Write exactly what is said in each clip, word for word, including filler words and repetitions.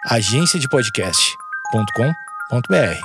agência de podcast ponto com ponto b r.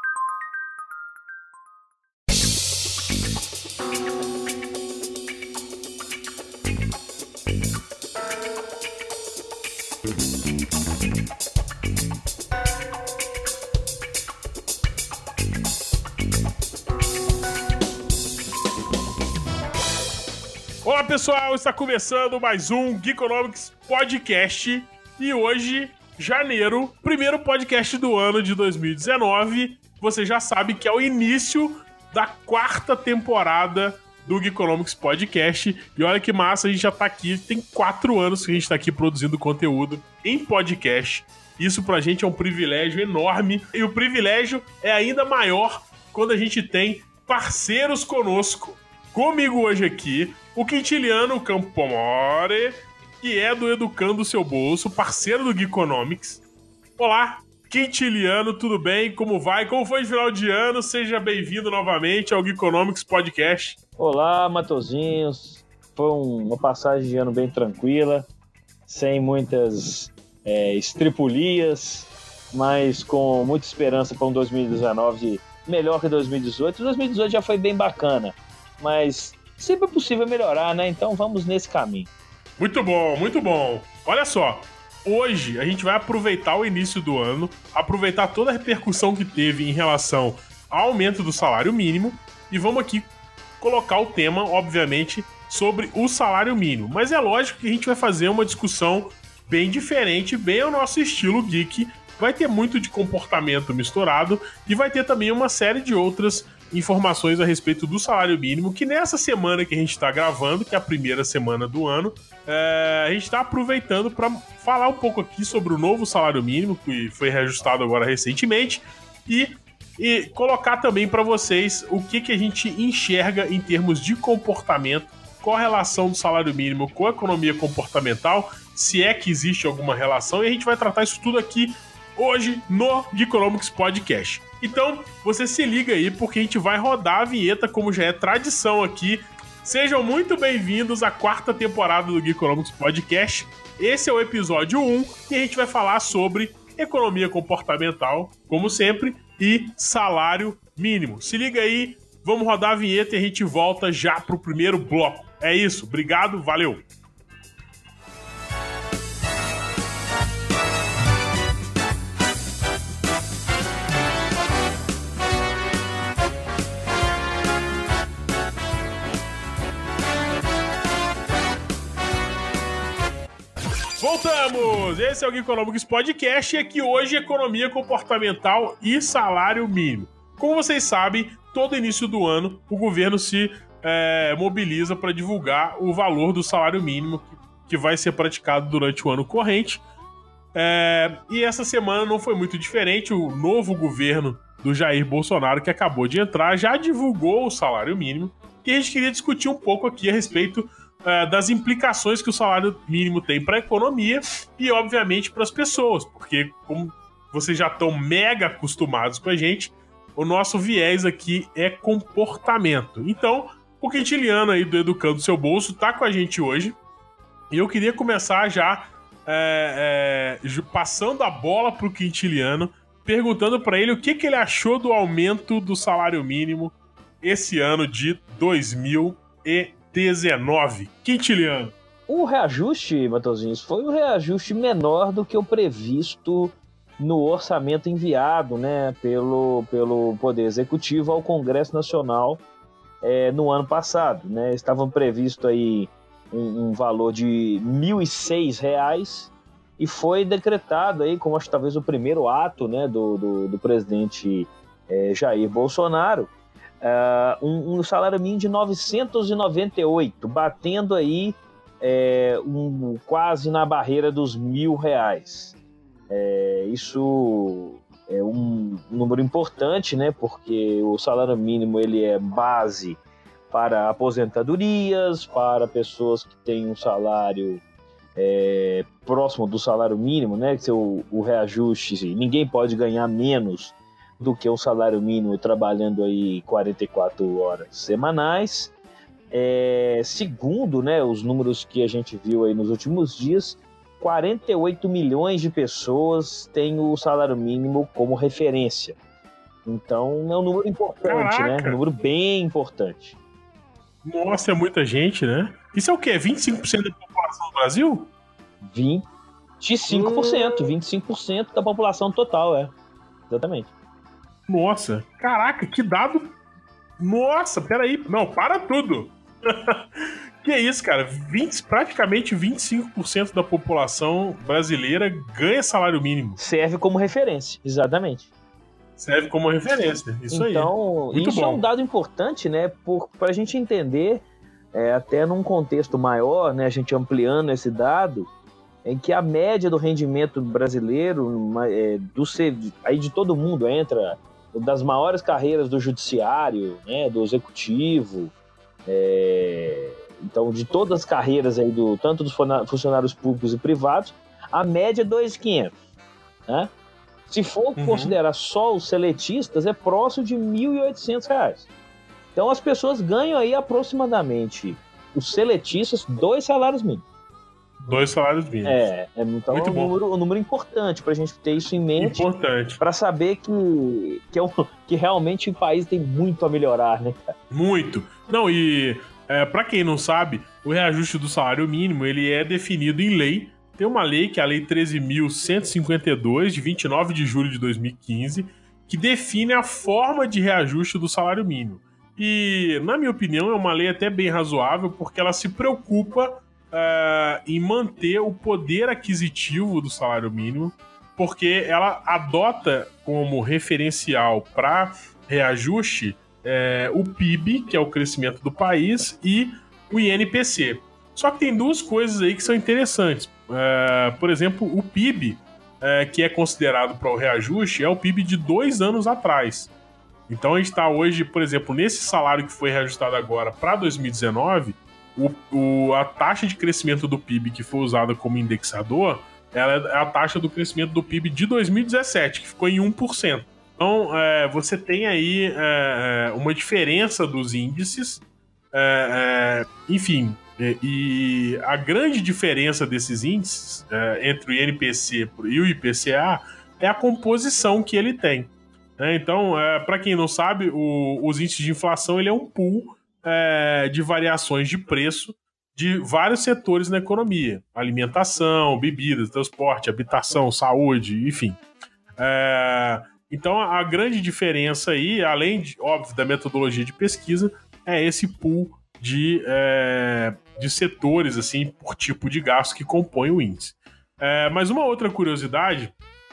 Olá pessoal, está começando mais um Geekonomics Podcast e hoje, janeiro, primeiro podcast do ano de dois mil e dezenove. Você já sabe que é o início da quarta temporada do Geekonomics Podcast e olha que massa, a gente já está aqui, tem quatro anos que a gente está aqui produzindo conteúdo em podcast. Isso pra gente é um privilégio enorme e o privilégio é ainda maior quando a gente tem parceiros conosco. Comigo hoje aqui, o Quintiliano Campomore, que é do Educando o Seu Bolso, parceiro do Geekonomics. Olá, Quintiliano, tudo bem? Como vai? Como foi o final de ano? Seja bem-vindo novamente ao Geekonomics Podcast. Olá, Matosinhos. Foi uma passagem de ano bem tranquila, sem muitas é, estripulias, mas com muita esperança para um dois mil e dezenove melhor que dois mil e dezoito. dois mil e dezoito já foi bem bacana, mas sempre é possível melhorar, né? Então vamos nesse caminho. Muito bom, muito bom. Olha só, hoje a gente vai aproveitar o início do ano, aproveitar toda a repercussão que teve em relação ao aumento do salário mínimo e vamos aqui colocar o tema, obviamente, sobre o salário mínimo. Mas é lógico que a gente vai fazer uma discussão bem diferente, bem ao nosso estilo geek. Vai ter muito de comportamento misturado e vai ter também uma série de outras informações a respeito do salário mínimo, que nessa semana que a gente está gravando, que é a primeira semana do ano, é, a gente está aproveitando para falar um pouco aqui sobre o novo salário mínimo, que foi reajustado agora recentemente, e, e colocar também para vocês o que, que a gente enxerga em termos de comportamento, qual a relação do salário mínimo com a economia comportamental, se é que existe alguma relação, e a gente vai tratar isso tudo aqui hoje no Geekonomics Podcast. Então, você se liga aí, porque a gente vai rodar a vinheta, como já é tradição aqui. Sejam muito bem-vindos à quarta temporada do Geekonomics Podcast. Esse é o episódio um e a gente vai falar sobre economia comportamental, como sempre, e salário mínimo. Se liga aí, vamos rodar a vinheta e a gente volta já pro primeiro bloco. É isso, obrigado, valeu! Voltamos! Esse é o Geekonomics Podcast e aqui hoje economia comportamental e salário mínimo. Como vocês sabem, todo início do ano o governo se é, mobiliza para divulgar o valor do salário mínimo que vai ser praticado durante o ano corrente. É, e essa semana não foi muito diferente. O novo governo do Jair Bolsonaro, que acabou de entrar, já divulgou o salário mínimo e a gente queria discutir um pouco aqui a respeito das implicações que o salário mínimo tem para a economia e, obviamente, para as pessoas, porque, como vocês já estão mega acostumados com a gente, o nosso viés aqui é comportamento. Então, o Quintiliano aí do Educando o Seu Bolso tá com a gente hoje e eu queria começar já é, é, passando a bola pro Quintiliano, perguntando para ele o que, que ele achou do aumento do salário mínimo esse ano de dois mil e dezenove. Quintiliano. O reajuste, Matosinhos, foi um reajuste menor do que o previsto no orçamento enviado, né, pelo, pelo Poder Executivo ao Congresso Nacional é, no ano passado. Né? Estava previsto aí um, um valor de mil e seis reais e foi decretado aí, como acho que talvez o primeiro ato, né, do, do, do presidente é, Jair Bolsonaro, Uh, um, um salário mínimo de novecentos e noventa e oito, batendo aí é, um, quase na barreira dos mil reais. É, isso é um número importante, né? Porque o salário mínimo ele é base para aposentadorias, para pessoas que têm um salário é, próximo do salário mínimo, né? Que o, o reajuste, ninguém pode ganhar menos do que o salário mínimo trabalhando aí quarenta e quatro horas semanais. É, segundo, né, os números que a gente viu aí nos últimos dias, quarenta e oito milhões de pessoas têm o salário mínimo como referência. Então é um número importante, Caraca. né? Um número bem importante. Nossa, é muita gente, né? Isso é o quê? vinte e cinco por cento da população do Brasil? vinte e cinco por cento, vinte e cinco por cento da população total, é. Exatamente. Nossa, caraca, que dado... Nossa, peraí. Não, para tudo. Que isso, cara? vinte, praticamente vinte e cinco por cento da população brasileira ganha salário mínimo. Serve como referência, exatamente. Serve como referência, isso aí. Então, Muito isso bom. é um dado importante, né? Para a gente entender, é, até num contexto maior, né? A gente ampliando esse dado, em que a média do rendimento brasileiro, é, do, aí de todo mundo, entra das maiores carreiras do judiciário, né? Do executivo, é, então de todas as carreiras aí, do, tanto dos funcionários públicos e privados, a média é dois mil e quinhentos, né? Se for Uhum. considerar só os seletistas, é próximo de mil e oitocentos reais. Então as pessoas ganham aí aproximadamente, os seletistas, dois salários mínimos. Dois salários mínimos. É, é então Muito é um bom. número, um número importante para a gente ter isso em mente, Importante. para saber que, que, é um, que realmente o país tem muito a melhorar, né, cara? Muito. Não, e é, para quem não sabe, o reajuste do salário mínimo ele é definido em lei. Tem uma lei, que é a Lei treze mil cento e cinquenta e dois, de vinte e nove de julho de dois mil e quinze, que define a forma de reajuste do salário mínimo. E, na minha opinião, é uma lei até bem razoável, porque ela se preocupa uh, em manter o poder aquisitivo do salário mínimo, porque ela adota como referencial para reajuste é, o P I B, que é o crescimento do país, e o I N P C. Só que tem duas coisas aí que são interessantes. É, por exemplo, o P I B, é, que é considerado para o reajuste, é o P I B de dois anos atrás. Então a gente está hoje, por exemplo, nesse salário que foi reajustado agora para dois mil e dezenove, o, o, a taxa de crescimento do P I B que foi usada como indexador, ela é a taxa do crescimento do P I B de dois mil e dezessete, que ficou em um por cento. Então é, você tem aí é, uma diferença dos índices, é, é, enfim, é, e a grande diferença desses índices é, entre o I N P C e o I P C A é a composição que ele tem. É, então, é, para quem não sabe, o, os índices de inflação ele é um pool é, de variações de preço de vários setores na economia: alimentação, bebidas, transporte, habitação, saúde, enfim. É, então, a grande diferença aí, além, de, óbvio, da metodologia de pesquisa, é esse pool de, é, de setores, assim, por tipo de gasto que compõe o índice. É, mas uma outra curiosidade,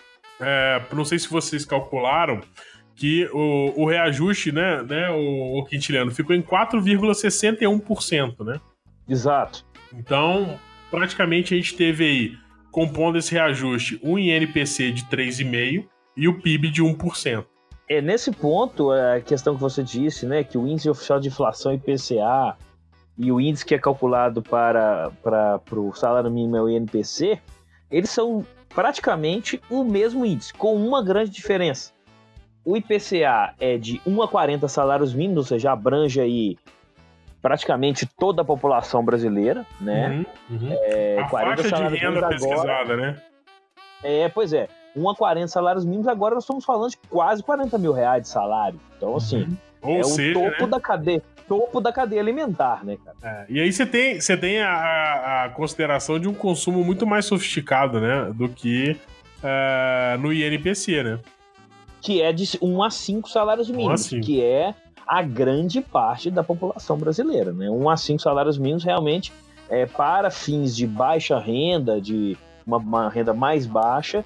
é, não sei se vocês calcularam, que o, o reajuste, né, né o, o quintiliano, ficou em quatro vírgula sessenta e um por cento, né? Exato. Então, praticamente a gente teve aí, compondo esse reajuste, um I N P C de três vírgula cinco por cento e o P I B de um por cento. É, nesse ponto, a questão que você disse, né, que o índice oficial de inflação I P C A e o índice que é calculado para, para, para o salário mínimo é o I N P C, eles são praticamente o mesmo índice, com uma grande diferença. O I P C A é de um a quarenta salários mínimos, ou seja, abrange aí praticamente toda a população brasileira, né? Uhum, uhum. É, a quarenta faixa de salários renda mínimos pesquisada, agora, né? É, pois é. um a quarenta salários mínimos, agora nós estamos falando de quase quarenta mil reais de salário. Então, assim, uhum. Ou é seja, o topo, né? da cadeia, topo da cadeia alimentar, né, cara? É, e aí você tem, você tem a, a consideração de um consumo muito mais sofisticado, né? Do que uh, no I N P C, né? Que é de um a cinco salários mínimos, que é a grande parte da população brasileira, né? um a cinco salários mínimos realmente é para fins de baixa renda, de uma, uma renda mais baixa,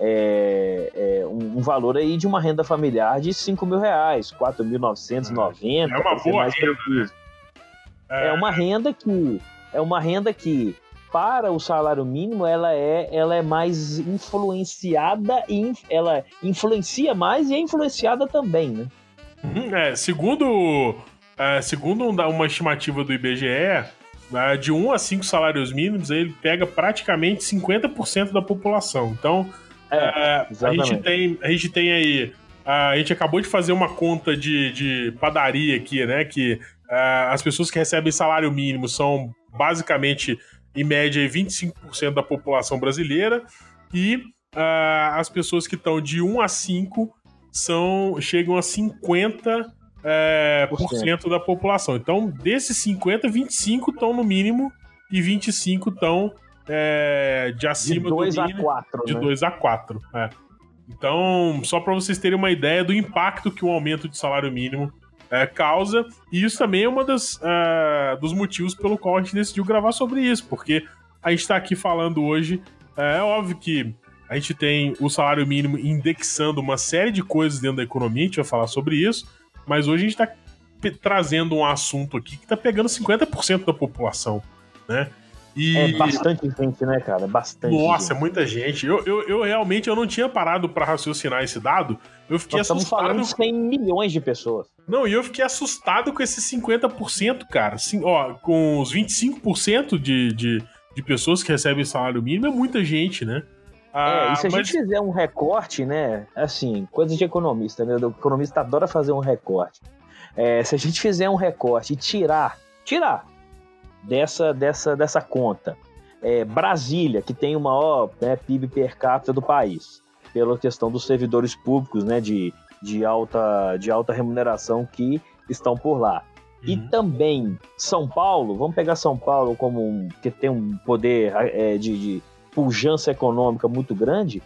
é, é um, um valor aí de uma renda familiar de cinco mil reais, quatro mil novecentos e noventa. É uma boa mais renda, né? é... é uma renda que é uma renda que para o salário mínimo ela é, ela é mais influenciada e ela influencia mais e é influenciada também, né? Uhum, é, segundo é, segundo uma estimativa do I B G E, é, de um a cinco salários mínimos, ele pega praticamente cinquenta por cento da população. Então, é, é, a, gente tem, a gente tem aí... A gente acabou de fazer uma conta de, de padaria aqui, né? Que é, as pessoas que recebem salário mínimo são basicamente em média, vinte e cinco por cento da população brasileira, e uh, as pessoas que estão de um a cinco são, chegam a cinquenta por cento da população. Então, desses cinquenta, vinte e cinco estão no mínimo e vinte e cinco estão é, de acima do mínimo. De dois a quatro. É. Então, só para vocês terem uma ideia do impacto que o aumento de salário mínimo é, causa, e isso também é um uh, dos motivos pelo qual a gente decidiu gravar sobre isso, porque a gente está aqui falando hoje, é, é óbvio que a gente tem o salário mínimo indexando uma série de coisas dentro da economia, a gente vai falar sobre isso, mas hoje a gente está trazendo um assunto aqui que está pegando cinquenta por cento da população, né? E... É bastante gente, né, cara? Bastante Nossa, gente. É muita gente. Eu, eu, eu realmente eu não tinha parado para raciocinar esse dado. Eu fiquei Nós assustado. Estamos falando de cem milhões de pessoas. Não, e eu fiquei assustado com esses cinquenta por cento, cara. Assim, ó, com os vinte e cinco por cento de, de, de pessoas que recebem salário mínimo, é muita gente, né? Ah, é, e se a mas... gente fizer um recorte, né? Assim, coisa de economista, né? O economista adora fazer um recorte. É, se a gente fizer um recorte e tirar, tirar dessa, dessa, dessa conta é, Brasília, que tem o maior, né, P I B per capita do país, pela questão dos servidores públicos, né, de, de, alta, de alta remuneração que estão por lá. Uhum. E também São Paulo, vamos pegar São Paulo como um, que tem um poder é, de, de pujança econômica muito grande,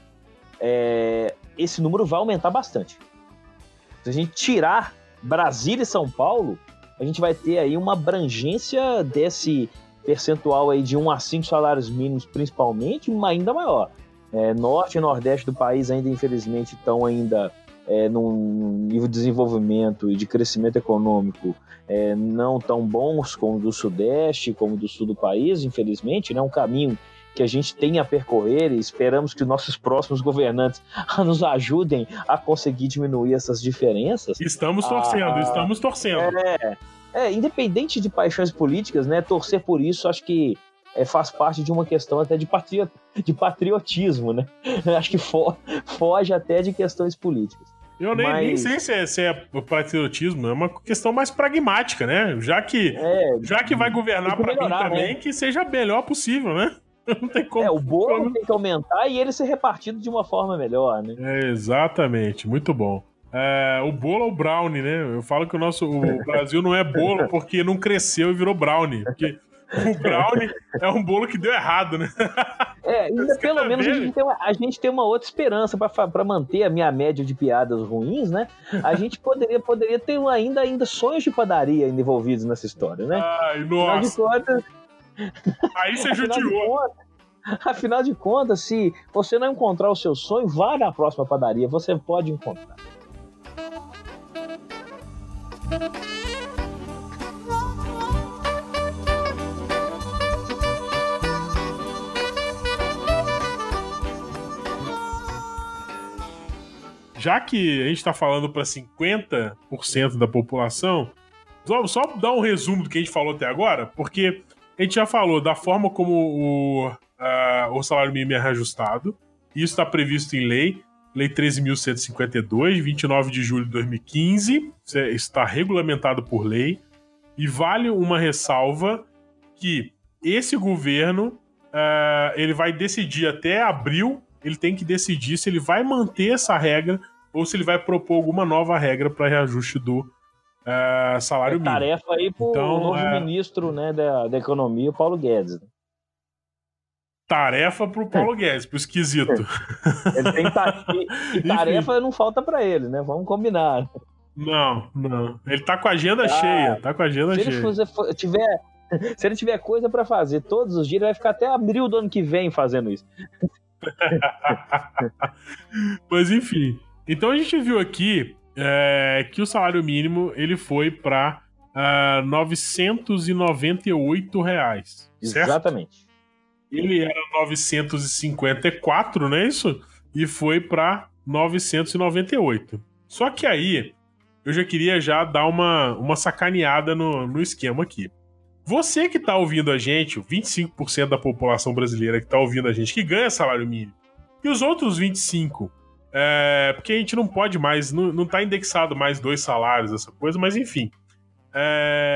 é, esse número vai aumentar bastante. Se a gente tirar Brasília e São Paulo, a gente vai ter aí uma abrangência desse percentual aí de um a cinco salários mínimos, principalmente, ainda maior. É, norte e nordeste do país ainda, infelizmente, estão ainda é, num nível de desenvolvimento e de crescimento econômico é, não tão bons como o do sudeste, como o do sul do país, infelizmente, né? Um caminho que a gente tem a percorrer, e esperamos que os nossos próximos governantes nos ajudem a conseguir diminuir essas diferenças. Estamos torcendo, ah, estamos torcendo. É, é, independente de paixões políticas, né, torcer por isso, acho que é, faz parte de uma questão até de, patri... de patriotismo, né? Acho que fo... foge até de questões políticas. Eu nem, Mas... nem sei se é, se é patriotismo, é uma questão mais pragmática, né? Já que, é, já que vai governar para mim também, né? Que seja melhor possível, né? Não tem como. É, o bolo tem que aumentar e ele ser repartido de uma forma melhor, né? É, exatamente, muito bom. É, o bolo é o brownie, né? Eu falo que o nosso o Brasil não é bolo porque não cresceu e virou brownie. Porque o brownie é um bolo que deu errado, né? É, ainda pelo menos a gente, tem uma, a gente tem uma outra esperança para manter a minha média de piadas ruins, né? A gente poderia, poderia ter ainda, ainda sonhos de padaria envolvidos nessa história, né? Ai, nossa. Afinal de contas, aí você judiou. Afinal de contas, se você não encontrar o seu sonho, vá na próxima padaria, você pode encontrar. Já que a gente está falando para cinquenta por cento da população, só, só dar um resumo do que a gente falou até agora, porque a gente já falou da forma como o, uh, o salário mínimo é reajustado. Isso está previsto em lei, Lei treze mil cento e cinquenta e dois, vinte e nove de julho de dois mil e quinze. Isso está regulamentado por lei. E vale uma ressalva que esse governo uh, ele vai decidir até abril, ele tem que decidir se ele vai manter essa regra ou se ele vai propor alguma nova regra para reajuste do uh, salário é mínimo. Tarefa aí para o então, novo é... ministro, né, da, da Economia, o Paulo Guedes. Tarefa para o Paulo Guedes, pro esquisito. Ele tem ta... e tarefa não falta para ele, né? Vamos combinar. Não, não. Ele tá com a agenda ah, cheia, tá com a agenda se cheia. Ele fazer, tiver, se ele tiver coisa para fazer todos os dias, ele vai ficar até abril do ano que vem fazendo isso. Mas enfim. Então a gente viu aqui é, que o salário mínimo ele foi para uh, novecentos e noventa e oito reais. Certo? Exatamente. Ele era novecentos e cinquenta e quatro, não é isso? E foi para novecentos e noventa e oito. Só que aí, eu já queria já dar uma, uma sacaneada no, no esquema aqui. Você que tá ouvindo a gente, o vinte e cinco por cento da população brasileira que tá ouvindo a gente, que ganha salário mínimo, e os outros vinte e cinco por cento, é, porque a gente não pode mais, não, não tá indexado mais dois salários, essa coisa, mas enfim. É,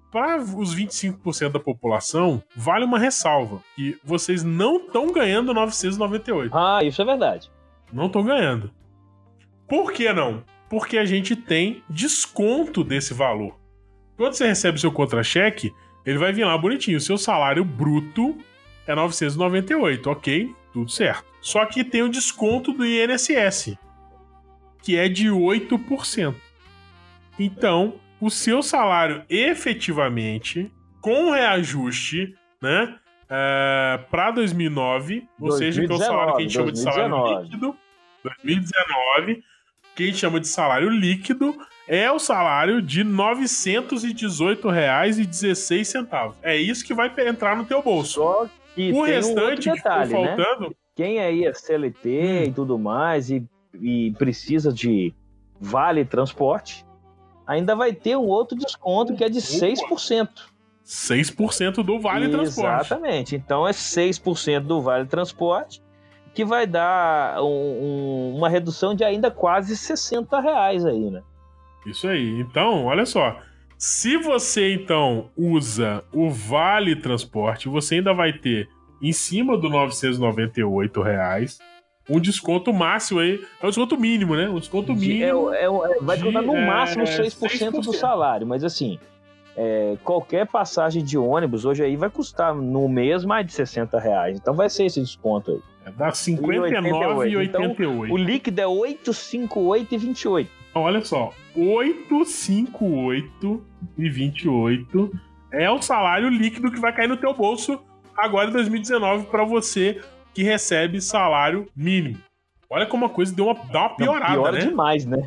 para os vinte e cinco por cento da população, vale uma ressalva, que vocês não estão ganhando novecentos e noventa e oito. Ah, isso é verdade. Não estão ganhando. Por que não? Porque a gente tem desconto desse valor. Quando você recebe seu contra-cheque, ele vai vir lá bonitinho. O seu salário bruto é novecentos e noventa e oito, ok? Tudo certo. Só que tem o desconto do I N S S, que é de oito por cento. Então, o seu salário efetivamente, com reajuste, né, é, para dois mil e nove, ou seja, que é o salário que a gente chama de salário líquido, dois mil e dezenove, que a gente chama de salário líquido, é o salário de novecentos e dezoito reais e dezesseis centavos. É isso que vai entrar no teu bolso. Só que o tem restante um detalhe, que ficou faltando... Né? Quem aí é C L T hum. e tudo mais e, e precisa de vale transporte, ainda vai ter um outro desconto que é de seis por cento. seis por cento do vale Exatamente. transporte. Exatamente. Então é seis por cento do vale transporte que vai dar um, um, uma redução de ainda quase sessenta reais aí, né? Isso aí. Então, olha só. Se você, então, usa o vale transporte, você ainda vai ter, em cima do novecentos e noventa e oito reais, um desconto máximo aí. É um desconto mínimo, né? Um desconto mínimo. É, é, é, vai custar no máximo é, seis por cento, seis por cento do salário, mas assim, é, qualquer passagem de ônibus hoje aí vai custar no mês mais de sessenta reais. Então vai ser esse desconto aí. É, dá cinquenta e nove reais e oitenta e oito centavos. Então, o líquido é oitocentos e cinquenta e oito reais e vinte e oito centavos. Então, olha só, oitocentos e cinquenta e oito reais e vinte e oito centavos é o salário líquido que vai cair no teu bolso agora em dois mil e dezenove para você que recebe salário mínimo. Olha como a coisa deu uma, dá uma piorada, Não, piora né? demais, né?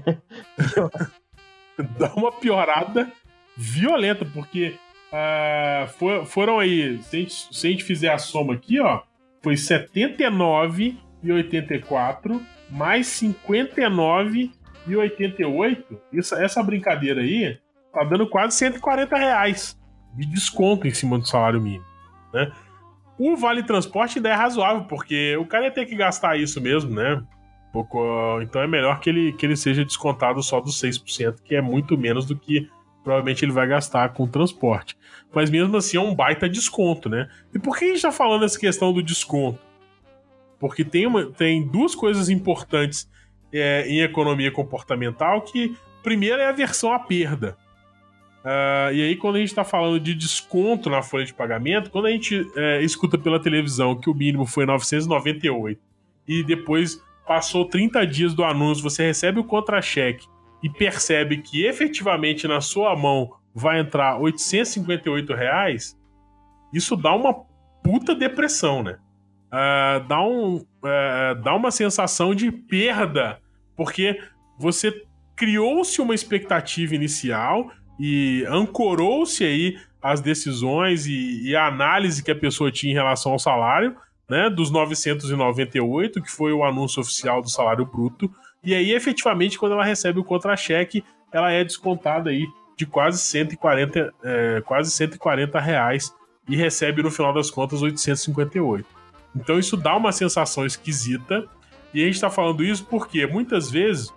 Dá uma piorada violenta, porque uh, for, foram aí, se a, gente, se a gente fizer a soma aqui, ó, foi setenta e nove reais e oitenta e quatro centavos mais cinquenta e nove reais e oitenta e oito centavos. Isso, essa brincadeira aí tá dando quase cento e quarenta reais de desconto em cima do salário mínimo, né? O vale transporte ainda é razoável, porque o cara ia ter que gastar isso mesmo, né? Pouco, então é melhor que ele, que ele seja descontado só dos seis por cento, que é muito menos do que provavelmente ele vai gastar com transporte. Mas mesmo assim é um baita desconto, né? E por que a gente tá falando essa questão do desconto? Porque tem, uma, tem duas coisas importantes é, em economia comportamental, que primeiro é a aversão à perda. Uh, e aí, quando a gente está falando de desconto na folha de pagamento, quando a gente é, escuta pela televisão que o mínimo foi novecentos e noventa e oito e depois passou trinta dias do anúncio, você recebe o contra-cheque e percebe que efetivamente na sua mão vai entrar oitocentos e cinquenta e oito reais, isso dá uma puta depressão, né? Uh, dá, um, uh, dá uma sensação de perda, porque você criou-se uma expectativa inicial e ancorou-se aí as decisões e, e a análise que a pessoa tinha em relação ao salário, né, dos novecentos e noventa e oito, que foi o anúncio oficial do salário bruto, e aí efetivamente quando ela recebe o contra-cheque, ela é descontada aí de quase cento e quarenta, é, quase cento e quarenta reais e recebe no final das contas oitocentos e cinquenta e oito. Então isso dá uma sensação esquisita, e a gente está falando isso porque muitas vezes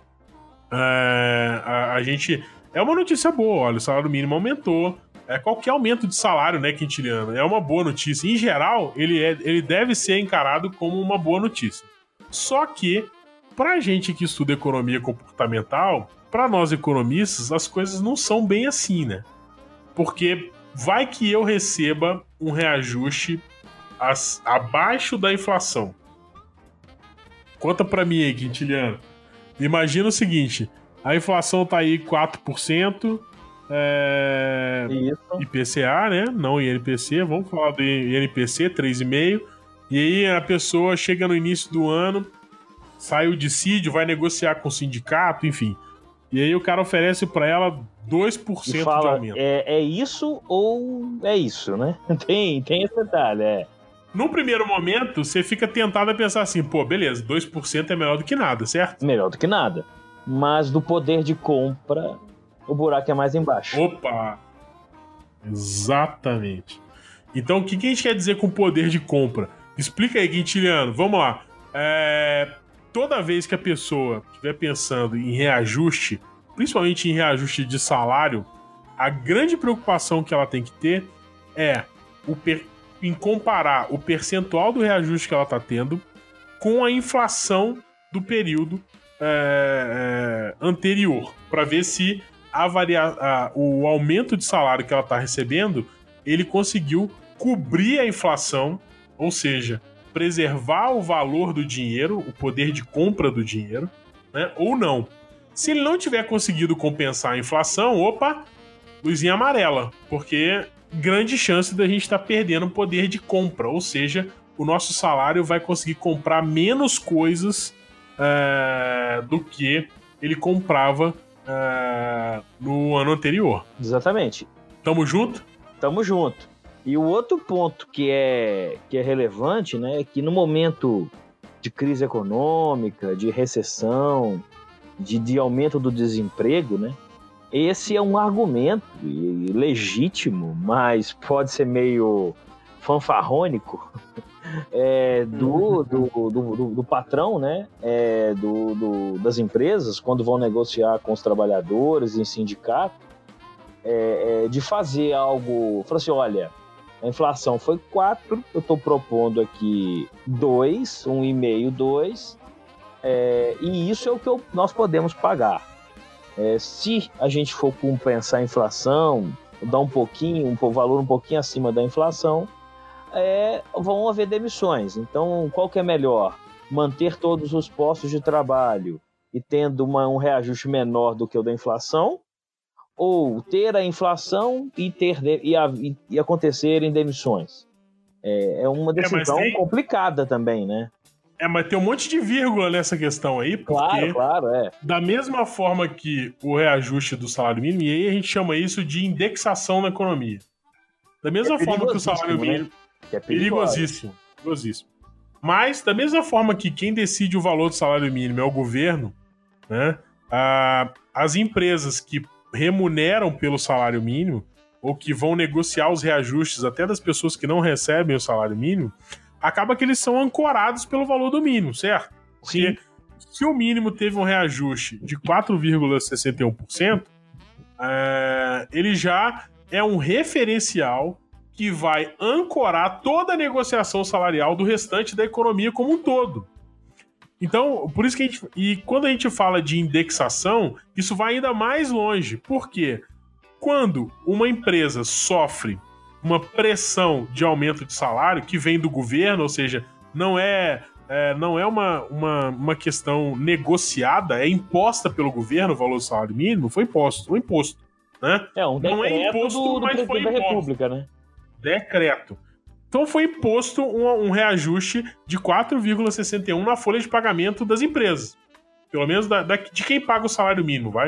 é, a, a gente... É uma notícia boa, olha, o salário mínimo aumentou. É, qualquer aumento de salário, né, quintiliano, é uma boa notícia. Em geral, ele, é, ele deve ser encarado como uma boa notícia. Só que, pra gente que estuda economia comportamental, pra nós economistas, as coisas não são bem assim, né? Porque vai que eu receba um reajuste as, abaixo da inflação. Conta pra mim aí, quintiliano. Imagina o seguinte... A inflação tá aí quatro por cento, é... I P C A, né? Não I N P C, vamos falar do I N P C, três vírgula cinco por cento. E aí a pessoa chega no início do ano, sai o dissídio, vai negociar com o sindicato, enfim. E aí o cara oferece para ela dois por cento fala, de aumento. É, é isso ou é isso, né? Tem, tem esse detalhe, é. No primeiro momento, você fica tentado a pensar assim, pô, beleza, dois por cento é melhor do que nada, certo? Melhor do que nada. Mas do poder de compra, o buraco é mais embaixo. Opa! Exatamente. Então, o que a gente quer dizer com poder de compra? Explica aí, Quintiliano. Vamos lá. É... Toda vez que a pessoa estiver pensando em reajuste, principalmente em reajuste de salário, A grande preocupação que ela tem que ter é o per... em comparar o percentual do reajuste que ela está tendo com a inflação do período é, é, anterior, para ver se a varia... a... o aumento de salário que ela está recebendo, ele conseguiu cobrir a inflação, ou seja, preservar o valor do dinheiro, o poder de compra do dinheiro, né, ou não. Se ele não tiver conseguido compensar a inflação, opa, luzinha amarela, porque grande chance da gente estar tá perdendo o poder de compra, ou seja, o nosso salário vai conseguir comprar menos coisas é, do que ele comprava é, no ano anterior. Exatamente. Tamo junto? Tamo junto. E o outro ponto que é, que é relevante, né, é que no momento de crise econômica, de recessão, de, de aumento do desemprego, né, esse é um argumento legítimo, mas pode ser meio fanfarrônico, é, do, do, do, do, do patrão, né, é, do, do, das empresas, quando vão negociar com os trabalhadores em sindicato, é, é, de fazer algo, falar assim, olha, a inflação foi quatro, eu estou propondo aqui dois, um vírgula cinco, dois, é, e isso é o que eu, nós podemos pagar. É, se a gente for compensar a inflação, dar um pouquinho, um valor um pouquinho acima da inflação, é, vão haver demissões. Então, qual que é melhor? Manter todos os postos de trabalho e tendo uma, um reajuste menor do que o da inflação, ou ter a inflação e, ter de, e, a, e, e acontecerem demissões? É, é uma decisão é, tem... complicada também, né? É, mas tem um monte de vírgula nessa questão aí, porque claro, claro, é. Da mesma forma que o reajuste do salário mínimo, e aí a gente chama isso de indexação na economia. Da mesma é forma que o salário mínimo... Né? Que é perigosíssimo, perigosíssimo. Mas, da mesma forma que quem decide o valor do salário mínimo é o governo, né? Ah, as empresas que remuneram pelo salário mínimo, ou que vão negociar os reajustes até das pessoas que não recebem o salário mínimo, acaba que eles são ancorados pelo valor do mínimo, certo? Porque Sim. se o mínimo teve um reajuste de quatro vírgula sessenta e um por cento, é, ele já é um referencial que vai ancorar toda a negociação salarial do restante da economia como um todo. Então, por isso que a gente... E quando a gente fala de indexação, isso vai ainda mais longe. Por quê? Quando uma empresa sofre uma pressão de aumento de salário que vem do governo, ou seja, não é, é, não é uma, uma, uma questão negociada, é imposta pelo governo o valor do salário mínimo, foi imposto, um imposto, né? É um decreto não é imposto, do, do mas presidente foi da República, né? Decreto. Então foi imposto um, um reajuste de quatro vírgula sessenta e um na folha de pagamento das empresas. Pelo menos da, da, de quem paga o salário mínimo, vai?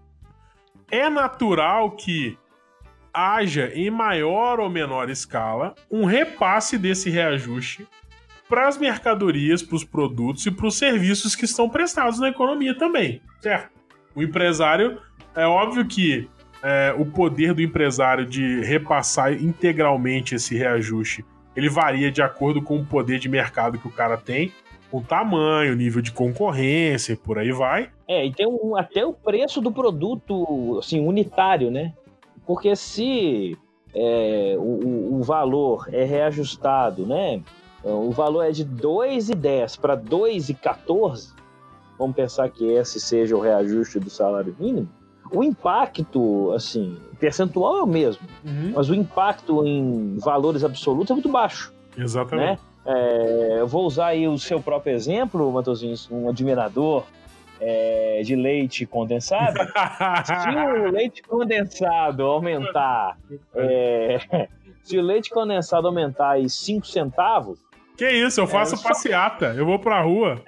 É natural que haja, em maior ou menor escala, um repasse desse reajuste para as mercadorias, para os produtos e para os serviços que estão prestados na economia também, certo? O empresário, é óbvio que é, o poder do empresário de repassar integralmente esse reajuste, ele varia de acordo com o poder de mercado que o cara tem, o tamanho, o nível de concorrência e por aí vai. É, e tem um, até o preço do produto, assim, unitário, né? Porque se é, o, o valor é reajustado, né? O valor é de dois vírgula dez para dois vírgula quatorze, vamos pensar que esse seja o reajuste do salário mínimo, o impacto, assim, percentual é o mesmo, uhum. mas o impacto em valores absolutos é muito baixo. Exatamente. Né? É, eu vou usar aí o seu próprio exemplo, Matheusinho, um admirador é, de leite condensado. Se o leite condensado aumentar, é, se o leite condensado aumentar aí cinco centavos... Que isso, eu faço é, passeata, só... eu vou pra rua.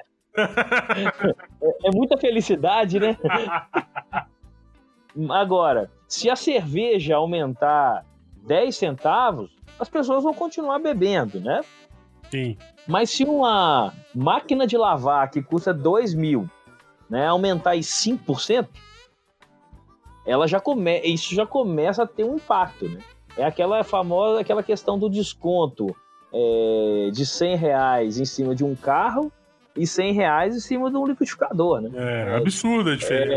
É, é muita felicidade, né? Agora, se a cerveja aumentar dez centavos, as pessoas vão continuar bebendo, né? Sim. Mas se uma máquina de lavar que custa dois mil, né, aumentar em cinco por cento, ela já come... isso já começa a ter um impacto, né? É aquela famosa, aquela questão do desconto é, de cem reais em cima de um carro e cem reais em cima de um liquidificador, né? É, absurda a diferença.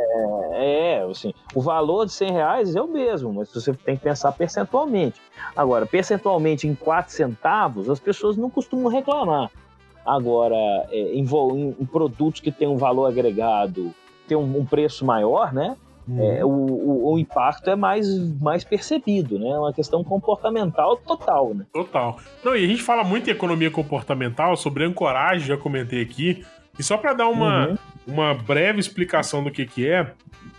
É, é, assim, o valor de cem reais é o mesmo, mas você tem que pensar percentualmente. Agora, percentualmente em quatro centavos, as pessoas não costumam reclamar. Agora, é, em, em, em produtos que têm um valor agregado, tem um, um preço maior, né? Uhum. É, o, o, o impacto é mais, mais percebido, né? É uma questão comportamental total, né? Total. Não, e a gente fala muito em economia comportamental, sobre ancoragem, já comentei aqui. E só para dar uma, uhum. uma breve explicação do que, que é,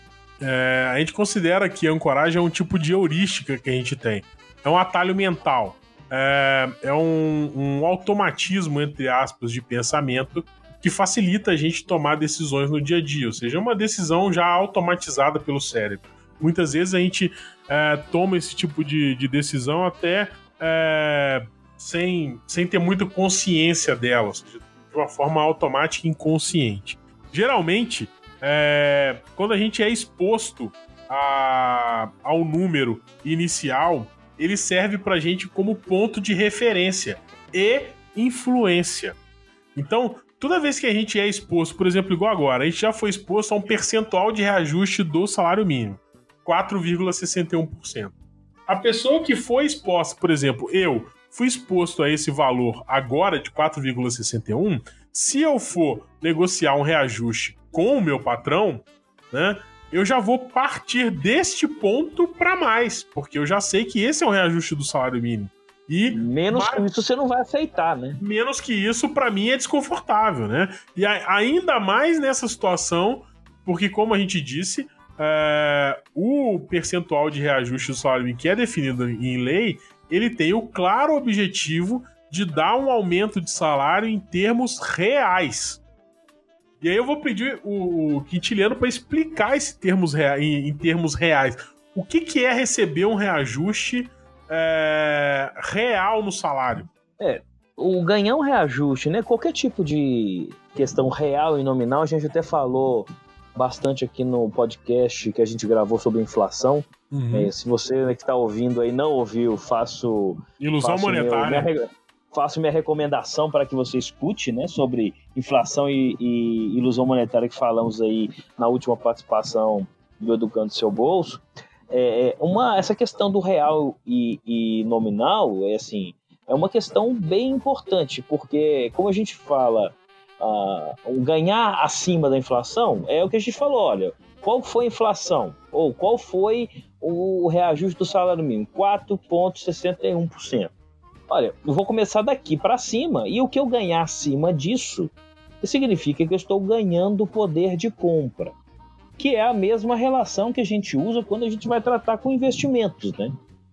é, a gente considera que a ancoragem é um tipo de heurística que a gente tem. É um atalho mental. É, é um, um automatismo, entre aspas, de pensamento que facilita a gente tomar decisões no dia a dia, ou seja, é uma decisão já automatizada pelo cérebro. Muitas vezes a gente é, toma esse tipo de, de decisão até é, sem, sem ter muita consciência dela, ou seja, de uma forma automática e inconsciente. Geralmente, é, quando a gente é exposto a, ao número inicial, ele serve pra gente como ponto de referência e influência. Então, toda vez que a gente é exposto, por exemplo, igual agora, a gente já foi exposto a um percentual de reajuste do salário mínimo, quatro vírgula sessenta e um por cento. A pessoa que foi exposta, por exemplo, eu fui exposto a esse valor agora de quatro vírgula sessenta e um, se eu for negociar um reajuste com o meu patrão, né, eu já vou partir deste ponto para mais, porque eu já sei que esse é o reajuste do salário mínimo. E menos mais, que isso você não vai aceitar, né? Menos que isso, para mim, é desconfortável, né? E a, ainda mais nessa situação, porque, como a gente disse, é, o percentual de reajuste do salário mínimo que é definido em lei, ele tem o claro objetivo de dar um aumento de salário em termos reais. E aí eu vou pedir o, o Quintiliano para explicar esse termos rea, em, em termos reais. O que, que é receber um reajuste é, real no salário? É, o ganhar um reajuste, né? Qualquer tipo de questão real e nominal, a gente até falou bastante aqui no podcast que a gente gravou sobre inflação. Uhum. É, se você que está ouvindo aí não ouviu, faço... Ilusão faço monetária. Meu, minha, faço minha recomendação para que você escute, né, sobre inflação e, e ilusão monetária que falamos aí na última participação do Educando Seu Bolso. É, uma, essa questão do real e, e nominal é, assim, é uma questão bem importante, porque, como a gente fala, uh, ganhar acima da inflação é o que a gente falou, olha, qual foi a inflação? Ou qual foi o reajuste do salário mínimo? quatro vírgula sessenta e um por cento. Olha, eu vou começar daqui para cima, e o que eu ganhar acima disso significa que eu estou ganhando poder de compra, que é a mesma relação que a gente usa quando a gente vai tratar com investimentos, né?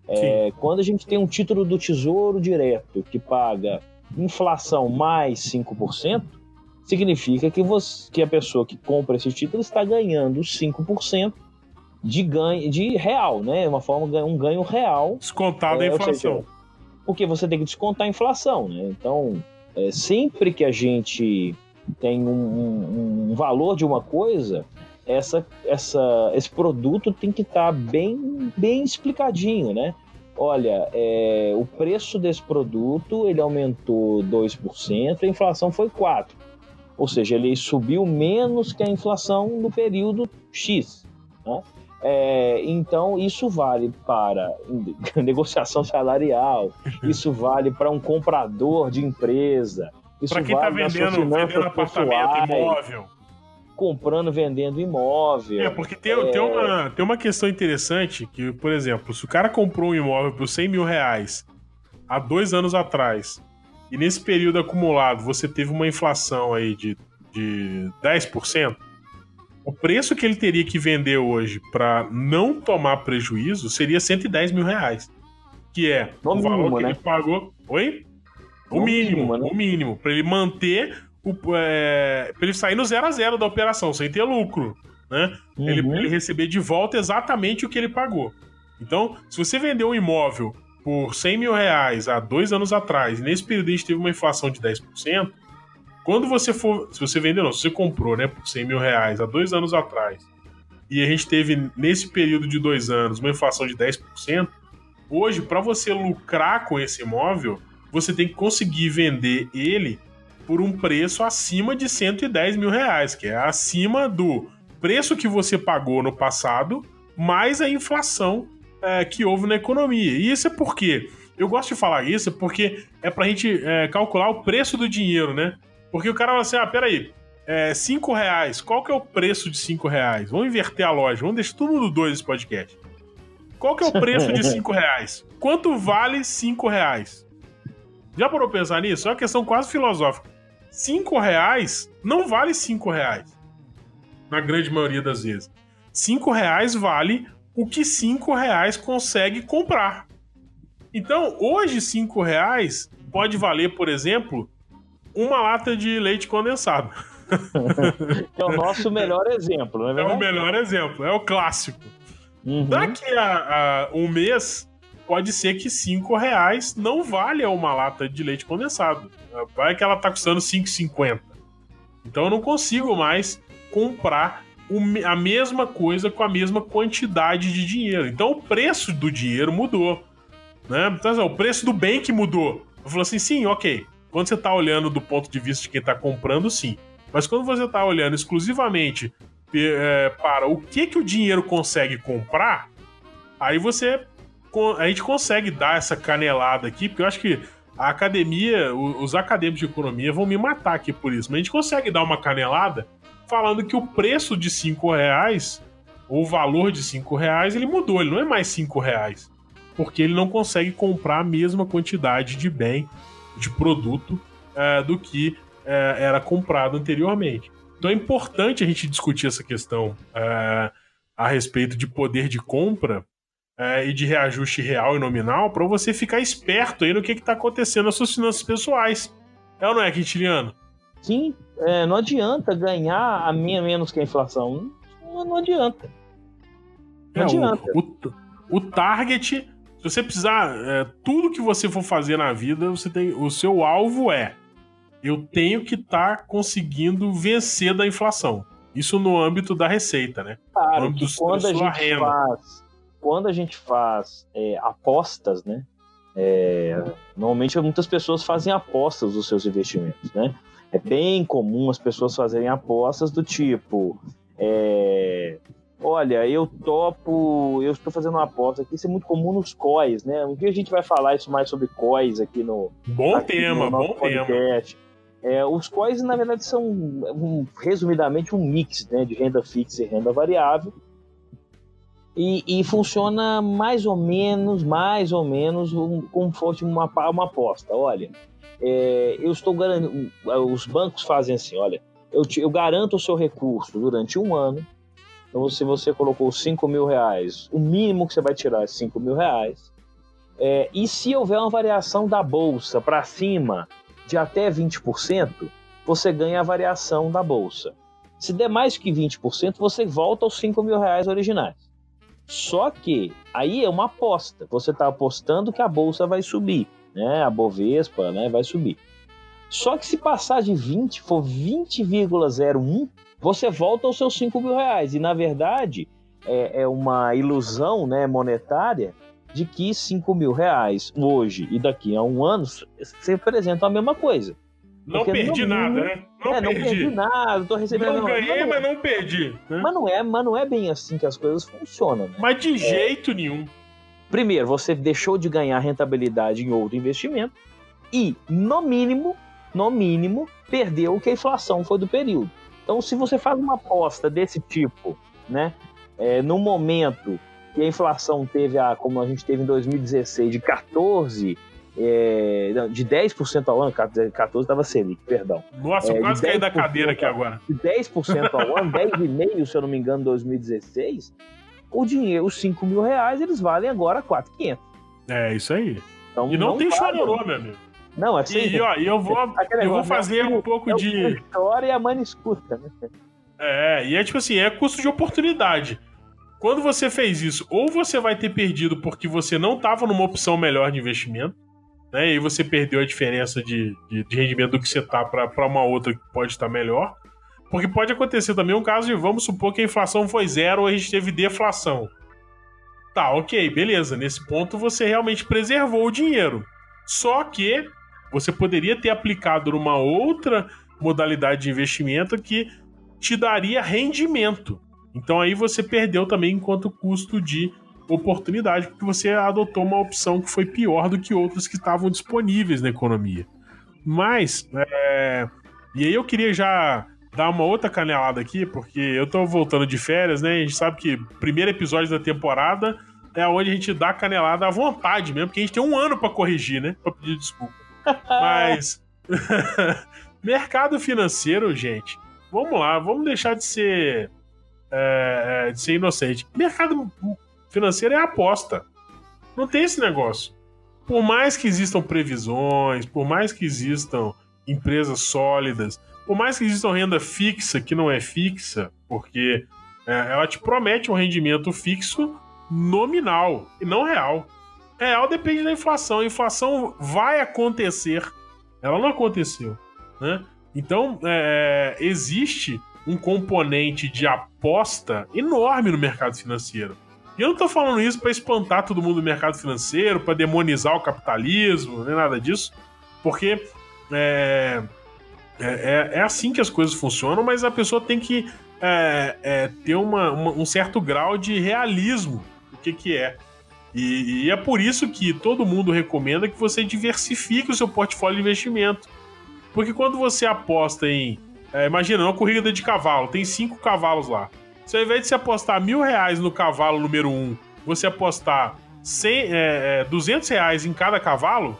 É, quando a gente tem um título do Tesouro Direto que paga inflação mais cinco por cento, significa que, você, que a pessoa que compra esse título está ganhando cinco por cento de ganho de real, né? Uma forma, um ganho real. Descontado é, a inflação. Seja, porque você tem que descontar a inflação, né? Então, é, sempre que a gente tem um, um, um valor de uma coisa, essa, essa, esse produto tem que estar tá bem, bem explicadinho, né? Olha, é, o preço desse produto ele aumentou dois por cento, a inflação foi quatro por cento. Ou seja, ele subiu menos que a inflação no período X, né? É, então, isso vale para negociação salarial, isso vale para um comprador de empresa, isso para quem vale está vendendo, vendendo apartamento, imóvel. Comprando, vendendo imóvel. É, porque tem, é... Tem, uma, tem uma questão interessante que, por exemplo, se o cara comprou um imóvel por cem mil reais há dois anos atrás, e nesse período acumulado você teve uma inflação aí de, de dez por cento, o preço que ele teria que vender hoje para não tomar prejuízo seria cento e dez mil reais. Que é no o mínimo, valor que né? ele pagou. Oi? O no mínimo, mínimo, né? o mínimo. Para ele manter o. É, para ele sair no zero a zero da operação, sem ter lucro. Né? Uhum. Ele, ele receber de volta exatamente o que ele pagou. Então, se você vender um imóvel por cem mil reais há dois anos atrás, e nesse período a gente teve uma inflação de dez por cento. Quando você for, se você vendeu, não, se você comprou, né, por cem mil reais há dois anos atrás, e a gente teve nesse período de dois anos uma inflação de dez por cento, hoje, para você lucrar com esse imóvel, você tem que conseguir vender ele por um preço acima de cento e dez mil reais, que é acima do preço que você pagou no passado, mais a inflação é, que houve na economia. E isso é porque, eu gosto de falar isso, porque é pra gente é, calcular o preço do dinheiro, né? Porque o cara vai assim, ah, peraí, é, cinco reais, qual que é o preço de cinco reais? Vamos inverter a loja, vamos deixar todo mundo doido esse podcast. Qual que é o preço de cinco reais? Quanto vale cinco reais? Já parou pra pensar nisso? É uma questão quase filosófica. cinco reais não vale cinco reais. Na grande maioria das vezes. cinco reais vale o que cinco reais consegue comprar. Então, hoje, cinco reais pode valer, por exemplo, uma lata de leite condensado. Que é o nosso melhor exemplo, não é verdade? É o melhor exemplo, é o clássico. Uhum. Daqui a, a um mês, pode ser que cinco reais não valha uma lata de leite condensado. Vai que ela tá custando cinco reais e cinquenta centavos. Então eu não consigo mais comprar a mesma coisa com a mesma quantidade de dinheiro. Então o preço do dinheiro mudou, né? Então, o preço do bem que mudou. Eu falo assim, sim, ok. Quando você tá olhando do ponto de vista de quem tá comprando, sim. Mas quando você tá olhando exclusivamente é, para o que, que o dinheiro consegue comprar, aí você... a gente consegue dar essa canelada aqui, porque eu acho que a academia, os acadêmicos de economia vão me matar aqui por isso, mas a gente consegue dar uma canelada falando que o preço de cinco reais, ou o valor de cinco reais, ele mudou, ele não é mais cinco reais, porque ele não consegue comprar a mesma quantidade de bem, de produto, é, do que é, era comprado anteriormente. Então é importante a gente discutir essa questão é, a respeito de poder de compra é, e de reajuste real e nominal para você ficar esperto aí no que está acontecendo nas suas finanças pessoais. É ou não é, Quintiliano? Sim, é, não adianta ganhar a minha menos que a inflação. Não, não adianta. Não é, adianta. O, o, o target, se você precisar, é, tudo que você for fazer na vida, você tem, o seu alvo é: eu tenho que estar tá conseguindo vencer da inflação. Isso no âmbito da receita, né? Claro, no âmbito que quando, a gente renda. faz, quando a gente faz é, apostas, né? É, normalmente muitas pessoas fazem apostas dos seus investimentos, né? É bem comum as pessoas fazerem apostas do tipo, é, olha, eu topo, eu estou fazendo uma aposta aqui, isso é muito comum nos C O Is, né? Um dia a gente vai falar isso mais sobre C O Is aqui no Bom aqui tema, no bom podcast. tema. É, os C O Is, na verdade, são, um, resumidamente, um mix, né, de renda fixa e renda variável. E, e funciona mais ou menos, mais ou menos, um, como fosse uma, uma aposta. Olha, é, eu estou garantindo, os bancos fazem assim, olha, eu, te, eu garanto o seu recurso durante um ano. Então, se você colocou cinco mil reais, o mínimo que você vai tirar é cinco mil reais. É, e se houver uma variação da bolsa para cima de até vinte por cento, você ganha a variação da bolsa. Se der mais que vinte por cento, você volta aos cinco mil reais originais. Só que aí é uma aposta. Você está apostando que a bolsa vai subir, né? A Bovespa, né, vai subir. Só que se passar de vinte, for vinte vírgula zero um, você volta aos seus cinco mil reais. E, na verdade, é, é uma ilusão, né, monetária de que cinco mil reais hoje e daqui a um ano se representam a mesma coisa. Não Porque perdi nada, mínimo, né? Não, é, perdi. não perdi nada, tô recebendo... Não ganhei, não, mas não perdi. Né? Mas, não é, mas não é bem assim que as coisas funcionam, né? Mas de é, jeito nenhum. Primeiro, você deixou de ganhar rentabilidade em outro investimento e, no mínimo, no mínimo, perdeu o que a inflação foi do período. Então, se você faz uma aposta desse tipo, né, é, no momento que a inflação teve, a, como a gente teve em dois mil e dezesseis, de quatorze por cento, É, de dez por cento ao ano, quatorze estava Selic, perdão. Nossa, eu é, quase caí da cadeira aqui agora. De dez por cento ao ano, dez vírgula cinco por cento, se eu não me engano, em dois mil e dezesseis, o dinheiro, os cinco mil reais, eles valem agora quatro mil e quinhentos. É, isso aí. Então, e não, não tem vale, chororô, meu amigo. Não, assim... E, ó, e eu vou, eu vou fazer um pouco é de... história e a mãe escuta, né? É, e é tipo assim, é custo de oportunidade. Quando você fez isso, ou você vai ter perdido porque você não estava numa opção melhor de investimento, né, e você perdeu a diferença de, de, de rendimento do que você está para uma outra que pode estar melhor. Porque pode acontecer também um caso de, vamos supor que a inflação foi zero ou a gente teve deflação. Tá, ok, beleza. Nesse ponto você realmente preservou o dinheiro. Só que você poderia ter aplicado numa outra modalidade de investimento que te daria rendimento. Então aí você perdeu também enquanto custo de oportunidade, porque você adotou uma opção que foi pior do que outras que estavam disponíveis na economia. Mas, é... e aí eu queria já dar uma outra canelada aqui, porque eu tô voltando de férias, né? A gente sabe que o primeiro episódio da temporada é onde a gente dá canelada à vontade mesmo, porque a gente tem um ano pra corrigir, né? Pra pedir desculpa. Mas... mercado financeiro, gente, vamos lá, vamos deixar de ser, é, de ser inocente. Mercado financeiro é aposta. Não tem esse negócio. Por mais que existam previsões, por mais que existam empresas sólidas, por mais que existam renda fixa que não é fixa, porque é, ela te promete um rendimento fixo nominal e não real. Real depende da inflação. A inflação vai acontecer. Ela não aconteceu, né? Então, é, existe um componente de aposta enorme no mercado financeiro. E eu não tô falando isso para espantar todo mundo do mercado financeiro, para demonizar o capitalismo, nem nada disso, porque é, é, é assim que as coisas funcionam, mas a pessoa tem que é, é, ter uma, uma, um certo grau de realismo do que, que é. E, e é por isso que todo mundo recomenda que você diversifique o seu portfólio de investimento. Porque quando você aposta em... É, imagina, uma corrida de cavalo, tem cinco cavalos lá. Se ao invés de você apostar mil reais no cavalo número um, você apostar cem, é, é, duzentos reais em cada cavalo,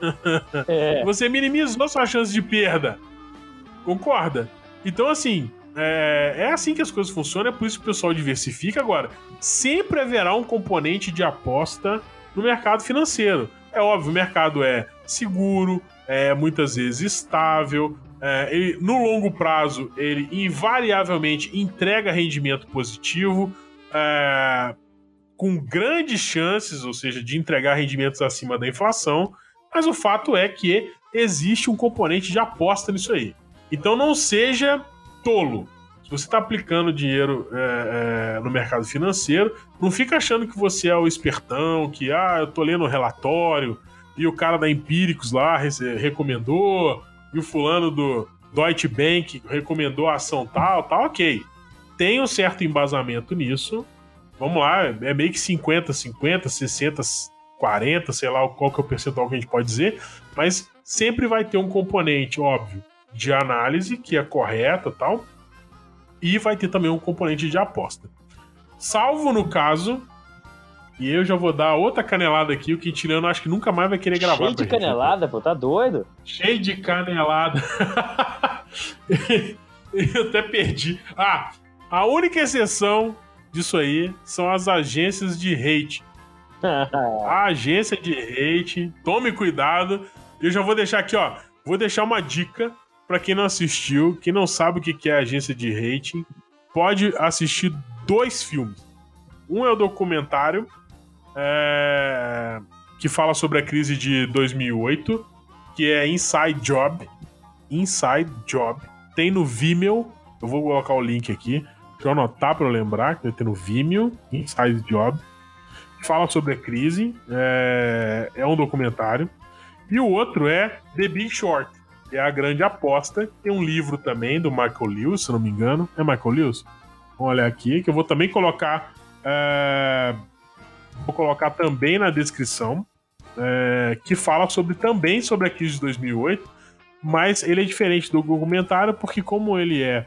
é. Você minimizou sua chance de perda. Concorda? Então, assim, é, é assim que as coisas funcionam, é por isso que o pessoal diversifica. Agora, sempre haverá um componente de aposta no mercado financeiro. É óbvio, o mercado é seguro, é muitas vezes estável, é, ele, no longo prazo ele invariavelmente entrega rendimento positivo, é, com grandes chances, ou seja, de entregar rendimentos acima da inflação, mas o fato é que existe um componente de aposta nisso aí. Então não seja tolo. Se você está aplicando dinheiro é, é, no mercado financeiro, não fica achando que você é o espertão, que ah, eu tô lendo um relatório e o cara da Empíricos lá recomendou, e o fulano do Deutsche Bank recomendou a ação tal, tal, ok. Tem um certo embasamento nisso. Vamos lá, é meio que cinquenta a cinquenta, sessenta a quarenta, sei lá qual que é o percentual que a gente pode dizer, mas sempre vai ter um componente, óbvio, de análise, que é correta e tal, e vai ter também um componente de aposta. Salvo no caso, e eu já vou dar outra canelada aqui, o Quintiliano acho que nunca mais vai querer gravar. Cheio de canelada, pô, tá doido? Cheio de canelada. Eu até perdi. Ah, a única exceção disso aí são as agências de rating. A agência de rating, tome cuidado. Eu já vou deixar aqui, ó, vou deixar uma dica pra quem não assistiu, quem não sabe o que é agência de rating, pode assistir dois filmes. Um é o documentário é, que fala sobre a crise de dois mil e oito, que é Inside Job. Inside Job. Tem no Vimeo. Eu vou colocar o link aqui. Deixa eu anotar pra eu lembrar que vai ter no Vimeo. Inside Job. Que fala sobre a crise. É, é um documentário. E o outro é The Big Short. Que é a grande aposta. Tem um livro também do Michael Lewis, se não me engano. É Michael Lewis? Vamos olhar aqui, que eu vou também colocar... É, vou colocar também na descrição, é, que fala sobre, também sobre a crise de dois mil e oito, mas ele é diferente do documentário porque como ele é,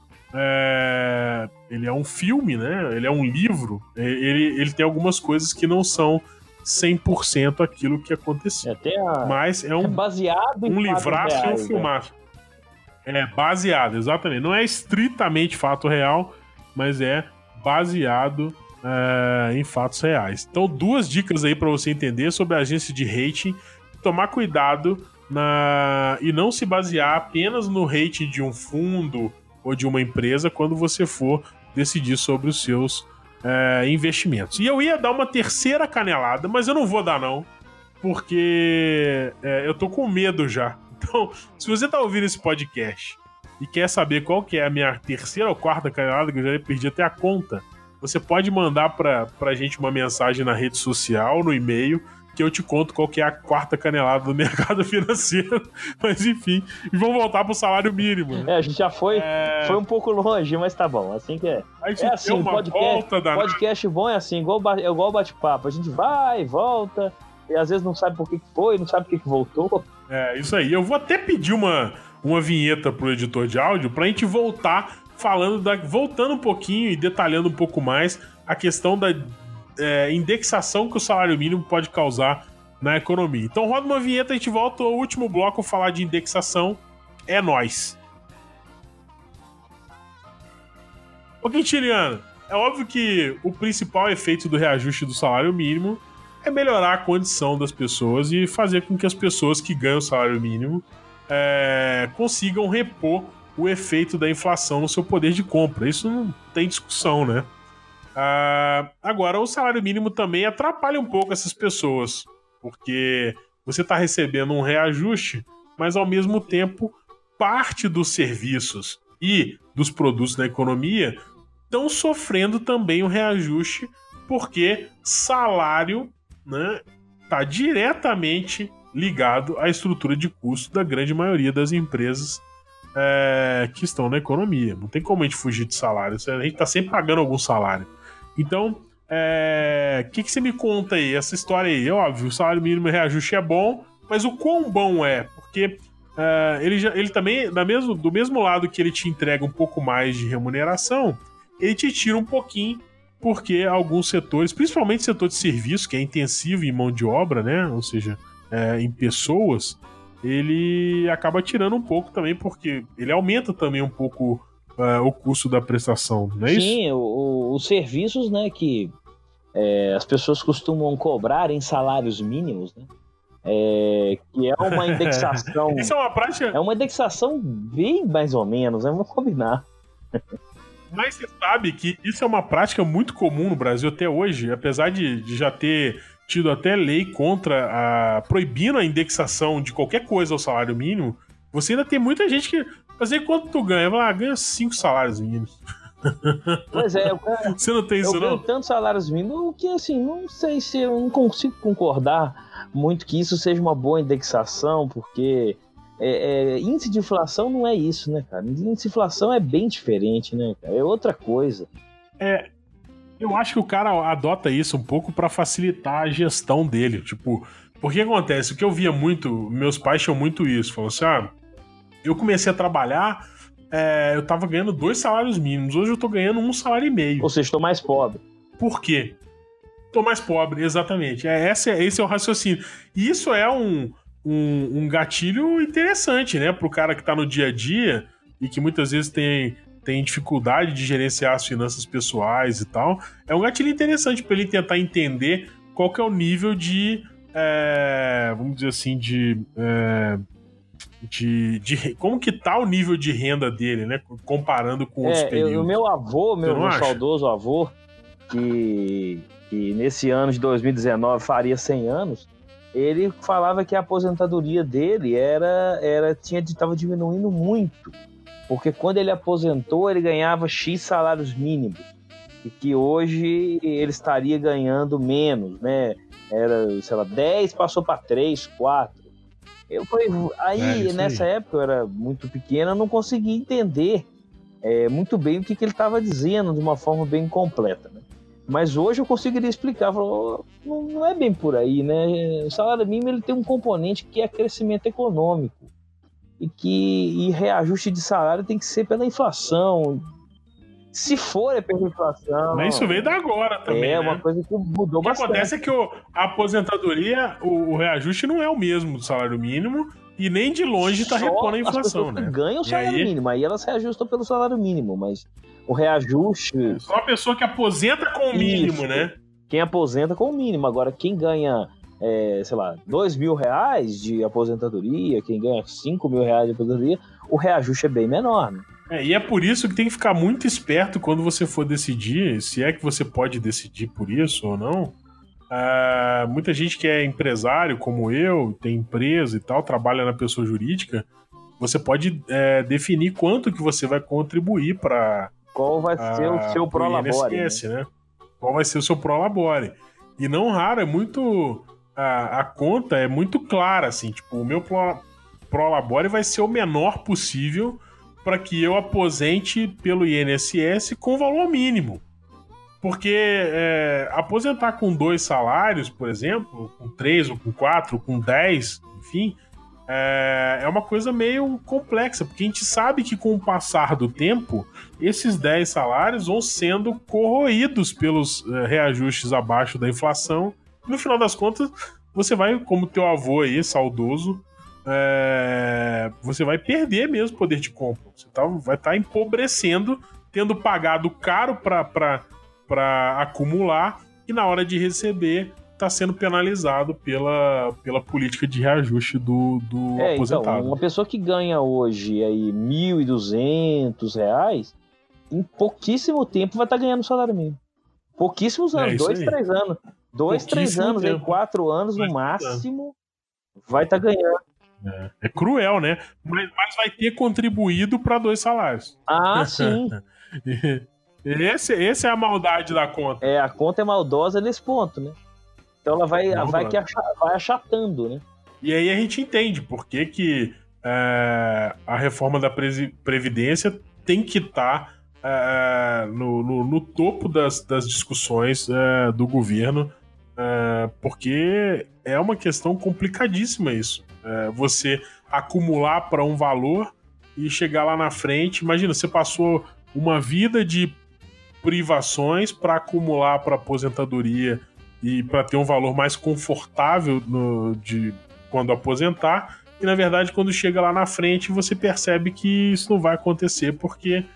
é ele é um filme, né? Ele é um livro, ele, ele tem algumas coisas que não são cem por cento aquilo que aconteceu. Até a... Mas é um, é baseado um em livraço reais, e um filmaço. Né? É baseado, exatamente. Não é estritamente fato real, mas é baseado é, em fatos reais. Então, duas dicas aí para você entender sobre a agência de rating. Tomar cuidado na... e não se basear apenas no rating de um fundo ou de uma empresa quando você for decidir sobre os seus é, investimentos. E eu ia dar uma terceira canelada, mas eu não vou dar não, porque é, eu tô com medo já. Então, se você tá ouvindo esse podcast e quer saber qual que é a minha terceira ou quarta canelada, que eu já perdi até a conta, você pode mandar pra, pra gente uma mensagem na rede social, no e-mail, que eu te conto qual que é a quarta canelada do mercado financeiro. Mas enfim, e vamos voltar pro salário mínimo, né? É, a gente já foi, É... foi um pouco longe, mas tá bom, assim que é. A gente é assim, deu uma podcast, volta da... podcast bom é assim, igual, é igual bate-papo. A gente vai, volta, e às vezes não sabe por que que foi, não sabe por que que voltou. É, isso aí. Eu vou até pedir uma, uma vinheta pro editor de áudio pra gente voltar falando da... voltando um pouquinho e detalhando um pouco mais a questão da é, indexação que o salário mínimo pode causar na economia. Então roda uma vinheta, a gente volta ao último bloco falar de indexação. É nóis. Ô Quintiliano, é óbvio que o principal efeito do reajuste do salário mínimo é melhorar a condição das pessoas e fazer com que as pessoas que ganham o salário mínimo é, consigam repor o efeito da inflação no seu poder de compra. Isso não tem discussão, né? Ah, agora, o salário mínimo também atrapalha um pouco essas pessoas, porque você está recebendo um reajuste, mas ao mesmo tempo parte dos serviços e dos produtos da economia estão sofrendo também um reajuste, porque salário, né, está diretamente ligado à estrutura de custo da grande maioria das empresas é, que estão na economia. Não tem como a gente fugir de salário, a gente está sempre pagando algum salário. Então, o é, que, que você me conta aí, essa história aí? É óbvio, o salário mínimo e reajuste é bom, mas o quão bom é? Porque é, ele, já, ele também, da mesmo, do mesmo lado que ele te entrega um pouco mais de remuneração, ele te tira um pouquinho, porque alguns setores, principalmente o setor de serviço, que é intensivo em mão de obra, né? Ou seja, é, em pessoas, ele acaba tirando um pouco também, porque ele aumenta também um pouco é, o custo da prestação, não é Sim, isso? Sim, os serviços, né, que é, as pessoas costumam cobrar em salários mínimos, né? É, que é uma indexação. Isso é uma prática. É uma indexação bem mais ou menos, né? Vamos combinar. Mas você sabe que isso é uma prática muito comum no Brasil até hoje, apesar de, de já ter tido até lei contra a proibindo a indexação de qualquer coisa ao salário mínimo. Você ainda tem muita gente que fazer quanto tu ganha, vai lá, ganha cinco salários mínimos. Pois é, eu, você não tem isso eu não? ganho tantos salários mínimos que assim, não sei se eu não consigo concordar muito que isso seja uma boa indexação, porque é, é, índice de inflação não é isso, né, cara? Índice de inflação é bem diferente, né, cara? É outra coisa. É, eu acho que o cara adota isso um pouco pra facilitar a gestão dele, tipo, porque acontece, o que eu via muito, meus pais tinham muito isso, falaram assim, ah, eu comecei a trabalhar, é, eu tava ganhando dois salários mínimos, hoje eu tô ganhando um salário e meio. Ou seja, estou mais pobre. Por quê? Tô mais pobre, exatamente. É, esse, é, esse é o raciocínio. E isso é um, um, um gatilho interessante, né? Pro cara que tá no dia a dia e que muitas vezes tem, tem dificuldade de gerenciar as finanças pessoais e tal. É um gatilho interessante para ele tentar entender qual que é o nível de... É, vamos dizer assim, de... É, De, de como que tá o nível de renda dele, né? Comparando com os é, períodos. O meu avô, meu, meu saudoso avô, que, que nesse ano de dois mil e dezenove faria cem anos, ele falava que a aposentadoria dele era, era tinha estava diminuindo muito, porque quando ele aposentou ele ganhava X salários mínimos e que hoje ele estaria ganhando menos, né? Era, sei lá, dez passou para três, quatro. Eu falei, aí, é, nessa aí. época eu era muito pequeno, eu não conseguia entender é, muito bem o que, que ele estava dizendo de uma forma bem completa, né? Mas hoje eu conseguiria explicar, falou, não, não é bem por aí, né? O salário mínimo ele tem um componente que é crescimento econômico e que e reajuste de salário tem que ser pela inflação. Se for é pela inflação... Mas isso veio da agora também, É, né? uma coisa que mudou bastante. O que bastante. acontece é que o, a aposentadoria, o, o reajuste não é o mesmo do salário mínimo e nem de longe está repondo a inflação, né? Ganham o salário aí... mínimo, aí elas reajustam pelo salário mínimo, mas o reajuste... É só a pessoa que aposenta com o mínimo, isso, né? Quem aposenta com o mínimo. Agora, quem ganha, é, sei lá, dois mil reais de aposentadoria, quem ganha cinco mil reais de aposentadoria, o reajuste é bem menor, né? É, e é por isso que tem que ficar muito esperto quando você for decidir, se é que você pode decidir por isso ou não. Ah, muita gente que é empresário, como eu, tem empresa e tal, trabalha na pessoa jurídica, você pode é, definir quanto que você vai contribuir para... Qual vai ser o seu prolabore, né? né? Qual vai ser o seu prolabore. E não raro, é muito... a, a conta é muito clara, assim, tipo, o meu pro, Prolabore vai ser o menor possível para que eu aposente pelo I N S S com valor mínimo. Porque é, aposentar com dois salários, por exemplo, com três, ou com quatro, ou com dez, enfim, é, é uma coisa meio complexa, porque a gente sabe que com o passar do tempo, esses dez salários vão sendo corroídos pelos é, reajustes abaixo da inflação. No final das contas, você vai, como teu avô aí, saudoso, é, você vai perder mesmo poder de compra. Você tá, vai estar tá empobrecendo, tendo pagado caro para acumular, e na hora de receber está sendo penalizado pela, pela política de reajuste do, do é, aposentado. Então, uma pessoa que ganha hoje aí mil e duzentos reais, em pouquíssimo tempo vai estar tá ganhando salário mínimo. Pouquíssimos anos, é dois, aí. três anos. Dois, três anos, em quatro anos no máximo, vai estar tá ganhando. É, é cruel, né? Mas, mas vai ter contribuído para dois salários. Ah, sim. esse, esse é a maldade da conta. É, a conta é maldosa nesse ponto, né? Então ela vai, vai, que acha, vai achatando, né? E aí a gente entende por que, que é, a reforma da Previdência tem que estar tá, é, no, no, no topo das, das discussões é, do governo, é, porque é uma questão complicadíssima isso. É, você acumular para um valor e chegar lá na frente. Imagina, você passou uma vida de privações para acumular para aposentadoria e para ter um valor mais confortável no, de quando aposentar, e na verdade quando chega lá na frente você percebe que isso não vai acontecer porque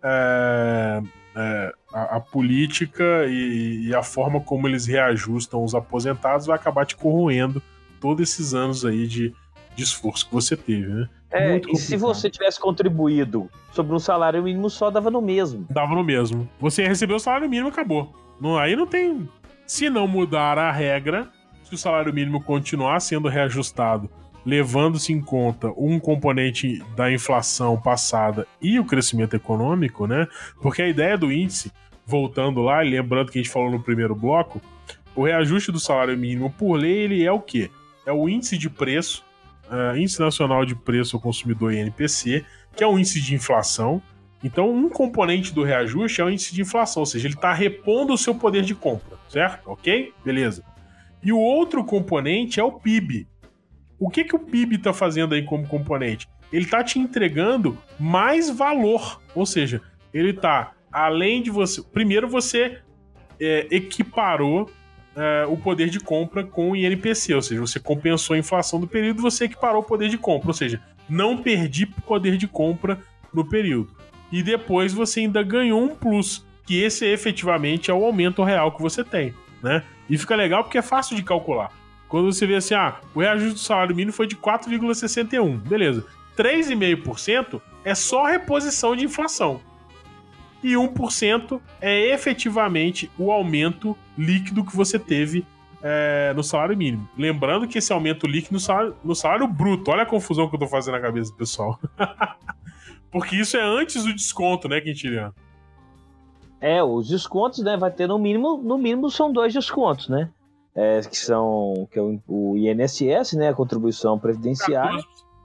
é, é, a, a política e, e a forma como eles reajustam os aposentados vai acabar te corroendo todos esses anos aí de, de esforço que você teve, né? É, Muito e se você tivesse contribuído sobre um salário mínimo, só dava no mesmo. Dava no mesmo. Você recebeu o salário mínimo, acabou. Não, aí não tem... Se não mudar a regra, se o salário mínimo continuar sendo reajustado, levando-se em conta um componente da inflação passada e o crescimento econômico, né? Porque a ideia do índice, voltando lá, lembrando que a gente falou no primeiro bloco, o reajuste do salário mínimo por lei, ele é o quê? É o índice de preço, uh, Índice Nacional de Preço ao Consumidor, I N P C, que é um índice de inflação. Então, um componente do reajuste é o índice de inflação, ou seja, ele está repondo o seu poder de compra, certo? Ok? Beleza. E o outro componente é o P I B. O que, que o P I B está fazendo aí como componente? Ele está te entregando mais valor, ou seja, ele está, além de você... Primeiro, você é, equiparou é, o poder de compra com o I N P C, ou seja, você compensou a inflação do período, você equiparou o poder de compra, ou seja, não perdi poder de compra no período. E depois você ainda ganhou um plus, que esse efetivamente é o aumento real que você tem, né? E fica legal porque é fácil de calcular. Quando você vê assim, ah, o reajuste do salário mínimo foi de quatro vírgula sessenta e um, beleza. três vírgula cinco por cento é só reposição de inflação. E um por cento é efetivamente o aumento líquido que você teve é, no salário mínimo. Lembrando que esse aumento líquido no salário, no salário bruto, olha a confusão que eu tô fazendo na cabeça do pessoal. Porque isso é antes do desconto, né, Quintiliano? É, os descontos, né, vai ter no mínimo, no mínimo são dois descontos, né? É, que são que é o, o I N S S, né, a contribuição previdenciária.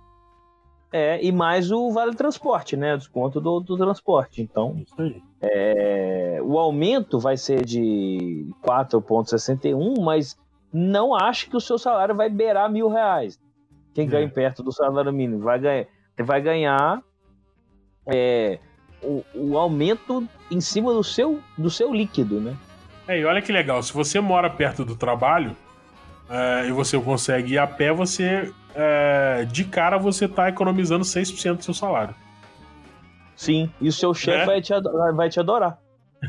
É, e mais o Vale Transporte, né, o desconto do, do transporte. Então, isso aí. É, o aumento vai ser de quatro vírgula sessenta e um, mas não acho que o seu salário vai beirar mil reais. Quem é. ganha perto do salário mínimo vai ganhar, vai ganhar É, o, o aumento em cima do seu, do seu líquido, né? É, e olha que legal, se você mora perto do trabalho é, e você consegue ir a pé, você é, de cara você tá economizando seis por cento do seu salário. Sim, e o seu chefe é? vai, te adorar, vai te adorar.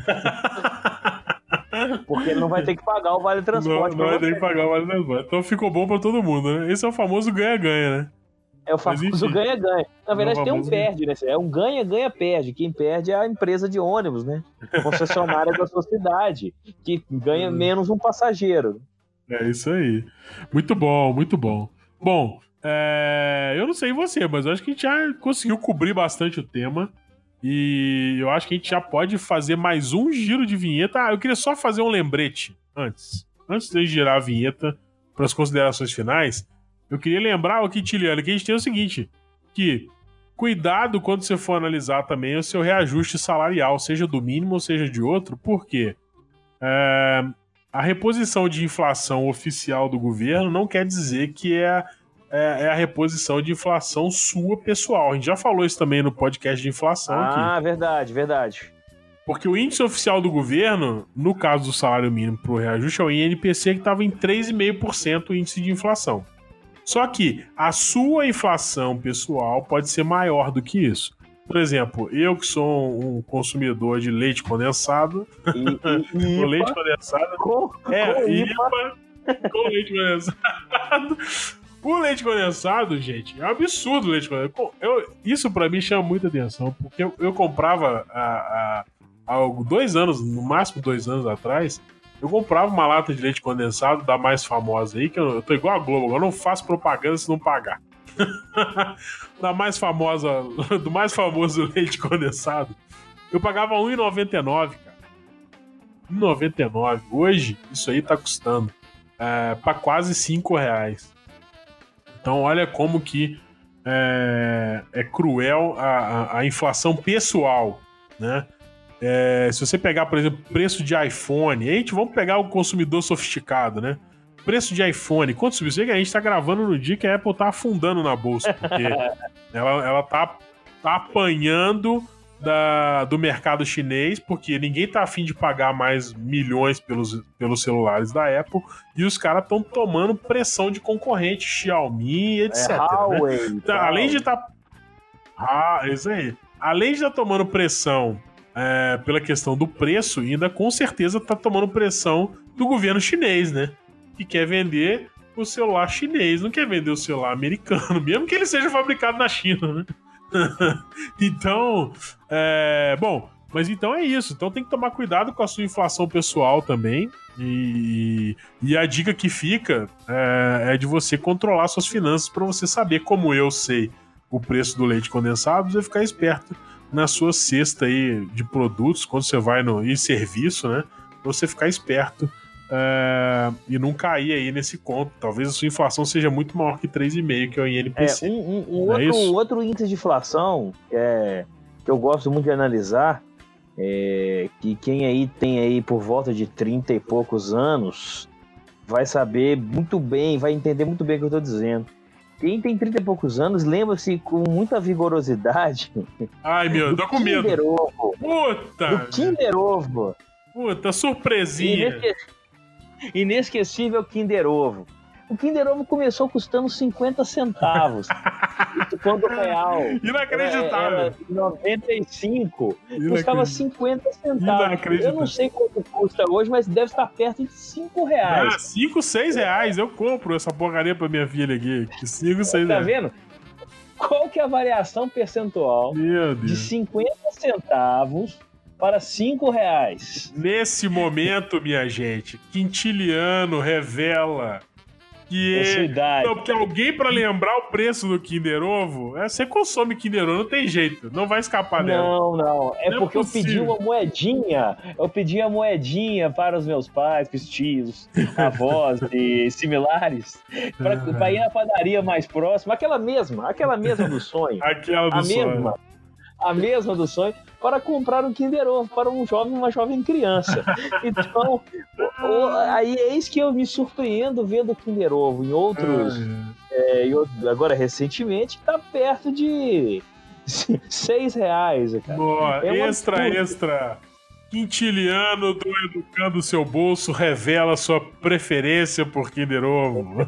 Porque ele não vai ter que pagar o vale transporte. Não, não vai ter que pagar o vale transporte. Então ficou bom pra todo mundo, né? Esse é o famoso ganha-ganha, né? É o famoso ganha-ganha. Na verdade, tem um perde, né? É um ganha-ganha-perde. Quem perde é a empresa de ônibus, né? Concessionária da sua cidade, que ganha menos um passageiro. É isso aí. Muito bom, muito bom. Bom, é... eu não sei você, mas eu acho que a gente já conseguiu cobrir bastante o tema. E eu acho que a gente já pode fazer mais um giro de vinheta. Ah, eu queria só fazer um lembrete antes. Antes de girar a vinheta para as considerações finais, eu queria lembrar ao Quintiliano que a gente tem o seguinte, que cuidado quando você for analisar também o seu reajuste salarial, seja do mínimo ou seja de outro, porque é, a reposição de inflação oficial do governo não quer dizer que é, é, é a reposição de inflação sua pessoal. A gente já falou isso também no podcast de inflação ah, aqui. Ah, verdade, verdade. Porque o índice oficial do governo, no caso do salário mínimo para o reajuste, é o I N P C, que estava em três vírgula cinco por cento o índice de inflação. Só que a sua inflação pessoal pode ser maior do que isso. Por exemplo, eu que sou um consumidor de leite condensado, E, e, com leite condensado, com, é, com I P A, com leite condensado. O leite condensado, gente, é um absurdo o leite condensado. Eu, isso pra mim chama muita atenção, porque eu, eu comprava há, há, há dois anos, no máximo dois anos atrás, eu comprava uma lata de leite condensado da mais famosa aí, que eu, eu tô igual a Globo, eu não faço propaganda se não pagar. Da mais famosa, do mais famoso leite condensado, eu pagava um real e noventa e nove centavos, cara. um real e noventa e nove centavos. Hoje, isso aí tá custando é, pra quase cinco reais. Então, olha como que é, é cruel a, a, a inflação pessoal, né? É, se você pegar, por exemplo, preço de iPhone, aí a gente vamos pegar o consumidor sofisticado, né? Preço de iPhone, quanto subiu? Você que a gente tá gravando no dia que a Apple tá afundando na bolsa, porque ela, ela tá, tá apanhando da, do mercado chinês, porque ninguém tá afim de pagar mais milhões pelos, pelos celulares da Apple, e os caras estão tomando pressão de concorrente, Xiaomi, etcétera. É Huawei, né? Então, além de estar... Tá... Ah, isso aí. Além de estar tá tomando pressão é, pela questão do preço, ainda com certeza tá tomando pressão do governo chinês, né? Que quer vender o celular chinês, não quer vender o celular americano, mesmo que ele seja fabricado na China, né? Então, é, bom, mas então é isso. Então tem que tomar cuidado com a sua inflação pessoal também. E, e a dica que fica é, é de você controlar suas finanças para você saber, como eu sei o preço do leite condensado, você ficar esperto na sua cesta aí de produtos, quando você vai no e serviço, né? Pra você ficar esperto. Uh, e não cair aí nesse conto. Talvez a sua inflação seja muito maior que três vírgula cinco, que é o I N P C. É, um, um, um outro, é outro índice de inflação é, que eu gosto muito de analisar, é, que quem aí tem aí por volta de trinta e poucos anos vai saber muito bem, vai entender muito bem o que eu estou dizendo. Quem tem trinta e poucos anos lembra-se com muita vigorosidade. Ai, meu, tô com medo. Kinder Ovo. Puta! Do Kinder Ovo. Puta, surpresinha. Inesque... Inesquecível Kinder Ovo. O Kinder Ovo começou custando cinquenta centavos. Isso quando real. Inacreditável. Era, era noventa e cinco. Custava cinquenta centavos. Eu não sei quanto custa hoje, mas deve estar perto de cinco reais. Ah, cinco, seis reais. Eu compro essa porcaria pra minha filha aqui. cinco, seis tá reais. Tá vendo? Qual que é a variação percentual Meu Deus. de cinquenta centavos para cinco reais? Nesse momento, minha gente, Quintiliano revela que é... idade. Não, porque alguém, para lembrar o preço do Kinder Ovo, é, você consome Kinder Ovo, não tem jeito, não vai escapar dela. Não, não, é não porque é eu pedi uma moedinha, eu pedi a moedinha para os meus pais, os tios, avós e similares, para ah. ir na padaria mais próxima, aquela mesma, aquela mesma do sonho. Aquela do a sonho. Mesma. A mesma do sonho, para comprar um Kinder Ovo para um jovem, uma jovem criança. Então, o, aí eis que eu me surpreendo vendo o Kinder Ovo em outros, é, em outro, agora recentemente, está perto de seis reais. Cara. Boa, é extra, absurdo. extra. Quintiliano do Educando Seu Bolso revela sua preferência por Kinder Ovo.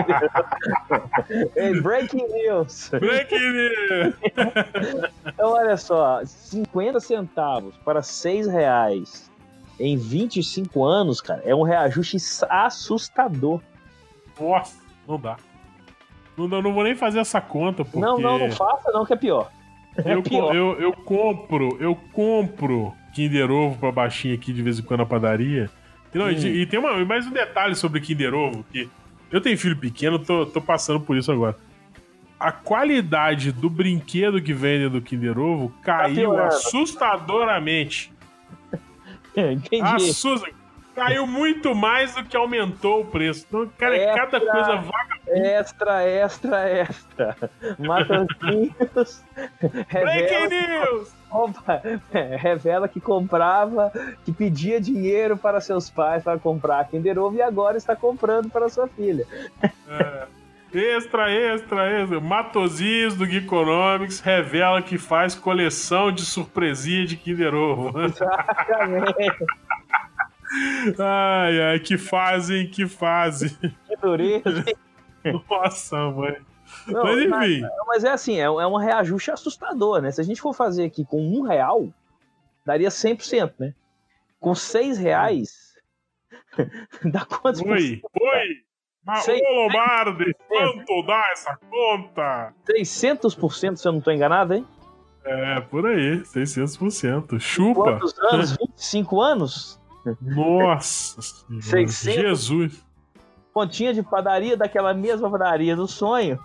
Hey, breaking news. Breaking news. Então, olha só, cinquenta centavos para seis reais em vinte e cinco anos, cara, é um reajuste assustador. Nossa, não dá. Não, dá, não vou nem fazer essa conta, porque... Não, não, não faça não, que é pior. É eu, pior. Eu, eu compro, eu compro Kinder Ovo pra baixinha aqui de vez em quando na padaria. E, não, hum. e, e tem uma, mais um detalhe sobre Kinder Ovo, que eu tenho filho pequeno, tô, tô passando por isso agora. A qualidade do brinquedo que vende do Kinder Ovo caiu tá assustadoramente. Entendi. Assusta. caiu muito mais do que aumentou o preço. Então, cara, é cada coisa vaga. Extra, extra, extra. Matancinhos. Breaking news! Opa, revela que comprava, que pedia dinheiro para seus pais para comprar a Kinder Ovo e agora está comprando para sua filha. É. Extra, extra, extra. Matosinhos do Geekonomics revela que faz coleção de surpresinha de Kinder Ovo. Exatamente. Ai, ai, que fazem, que fazem. Que dureza. Nossa, mãe. Não, mas enfim. Mas, mas é assim, é, é um reajuste assustador, né? Se a gente for fazer aqui com um real, daria cem por cento, né? Com seis reais, dá quantos por cento? Oi, oi. Mas, ô Lombardi, quanto dá essa conta? seiscentos por cento, se eu não estou enganado, hein? É, por aí, seiscentos por cento. Chupa. Quantos anos? vinte e cinco anos? Nossa Senhora. seiscentos. Jesus. Pontinha de padaria daquela mesma padaria do sonho.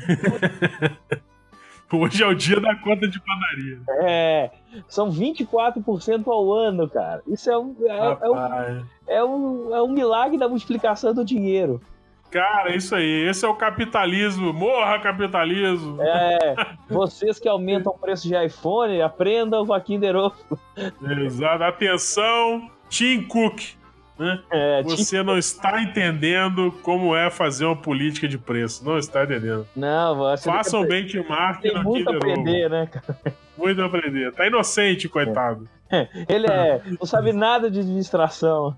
Hoje é o dia da conta de padaria. É, são vinte e quatro por cento ao ano, cara. Isso é um, é, é, um, é, um, é um milagre da multiplicação do dinheiro. Cara, isso aí. Esse é o capitalismo. Morra, capitalismo. É, vocês que aumentam o preço de iPhone, aprendam com a Kinder Ovo. Exato. Atenção, Tim Cook. Né? É, Você Tim... não está entendendo como é fazer uma política de preço. Não está entendendo. Não, você Faça um benchmark tem no muito a aprender, Ovo. Né, cara? Muito a aprender. Tá inocente, coitado. É. Ele é, não sabe nada de administração.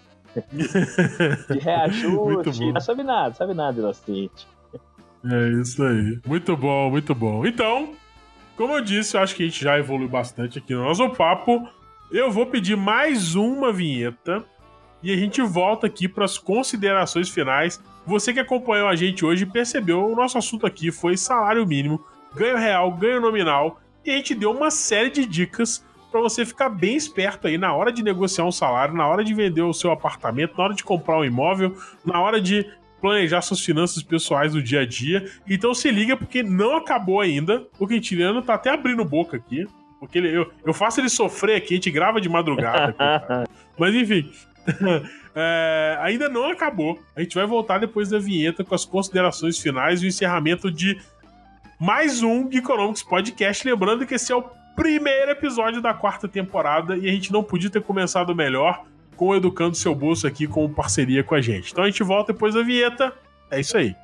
De reajuste. Não sabe nada, sabe nada, inocente. É isso aí. Muito bom, muito bom. Então, como eu disse, eu acho que a gente já evoluiu bastante aqui no nosso papo. Eu vou pedir mais uma vinheta e a gente volta aqui para as considerações finais. Você que acompanhou a gente hoje percebeu, o nosso assunto aqui foi salário mínimo, ganho real, ganho nominal, e a gente deu uma série de dicas para você ficar bem esperto aí na hora de negociar um salário, na hora de vender o seu apartamento, na hora de comprar um imóvel, na hora de planejar suas finanças pessoais do dia a dia. Então se liga, porque não acabou ainda. O Quintiliano tá até abrindo boca aqui, porque ele, eu, eu faço ele sofrer aqui, a gente grava de madrugada aqui, mas enfim, é, ainda não acabou. A gente vai voltar depois da vinheta com as considerações finais e o encerramento de mais um Geekonomics Podcast. Lembrando que esse é o primeiro episódio da quarta temporada e a gente não podia ter começado melhor com o Educando Seu Bolso aqui com parceria com a gente. Então a gente volta depois da vinheta. É isso aí.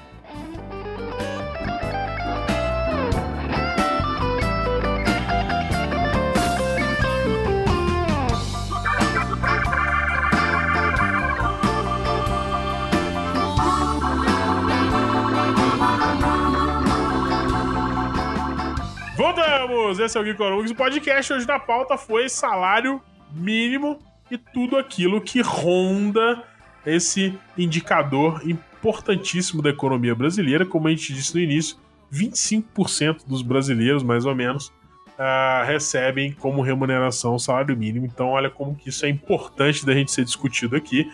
Voltamos! Esse é o Geekonomics. O podcast hoje na pauta foi salário mínimo e tudo aquilo que ronda esse indicador importantíssimo da economia brasileira. Como a gente disse no início, vinte e cinco por cento dos brasileiros, mais ou menos, uh, recebem como remuneração o salário mínimo. Então olha como que isso é importante da gente ser discutido aqui.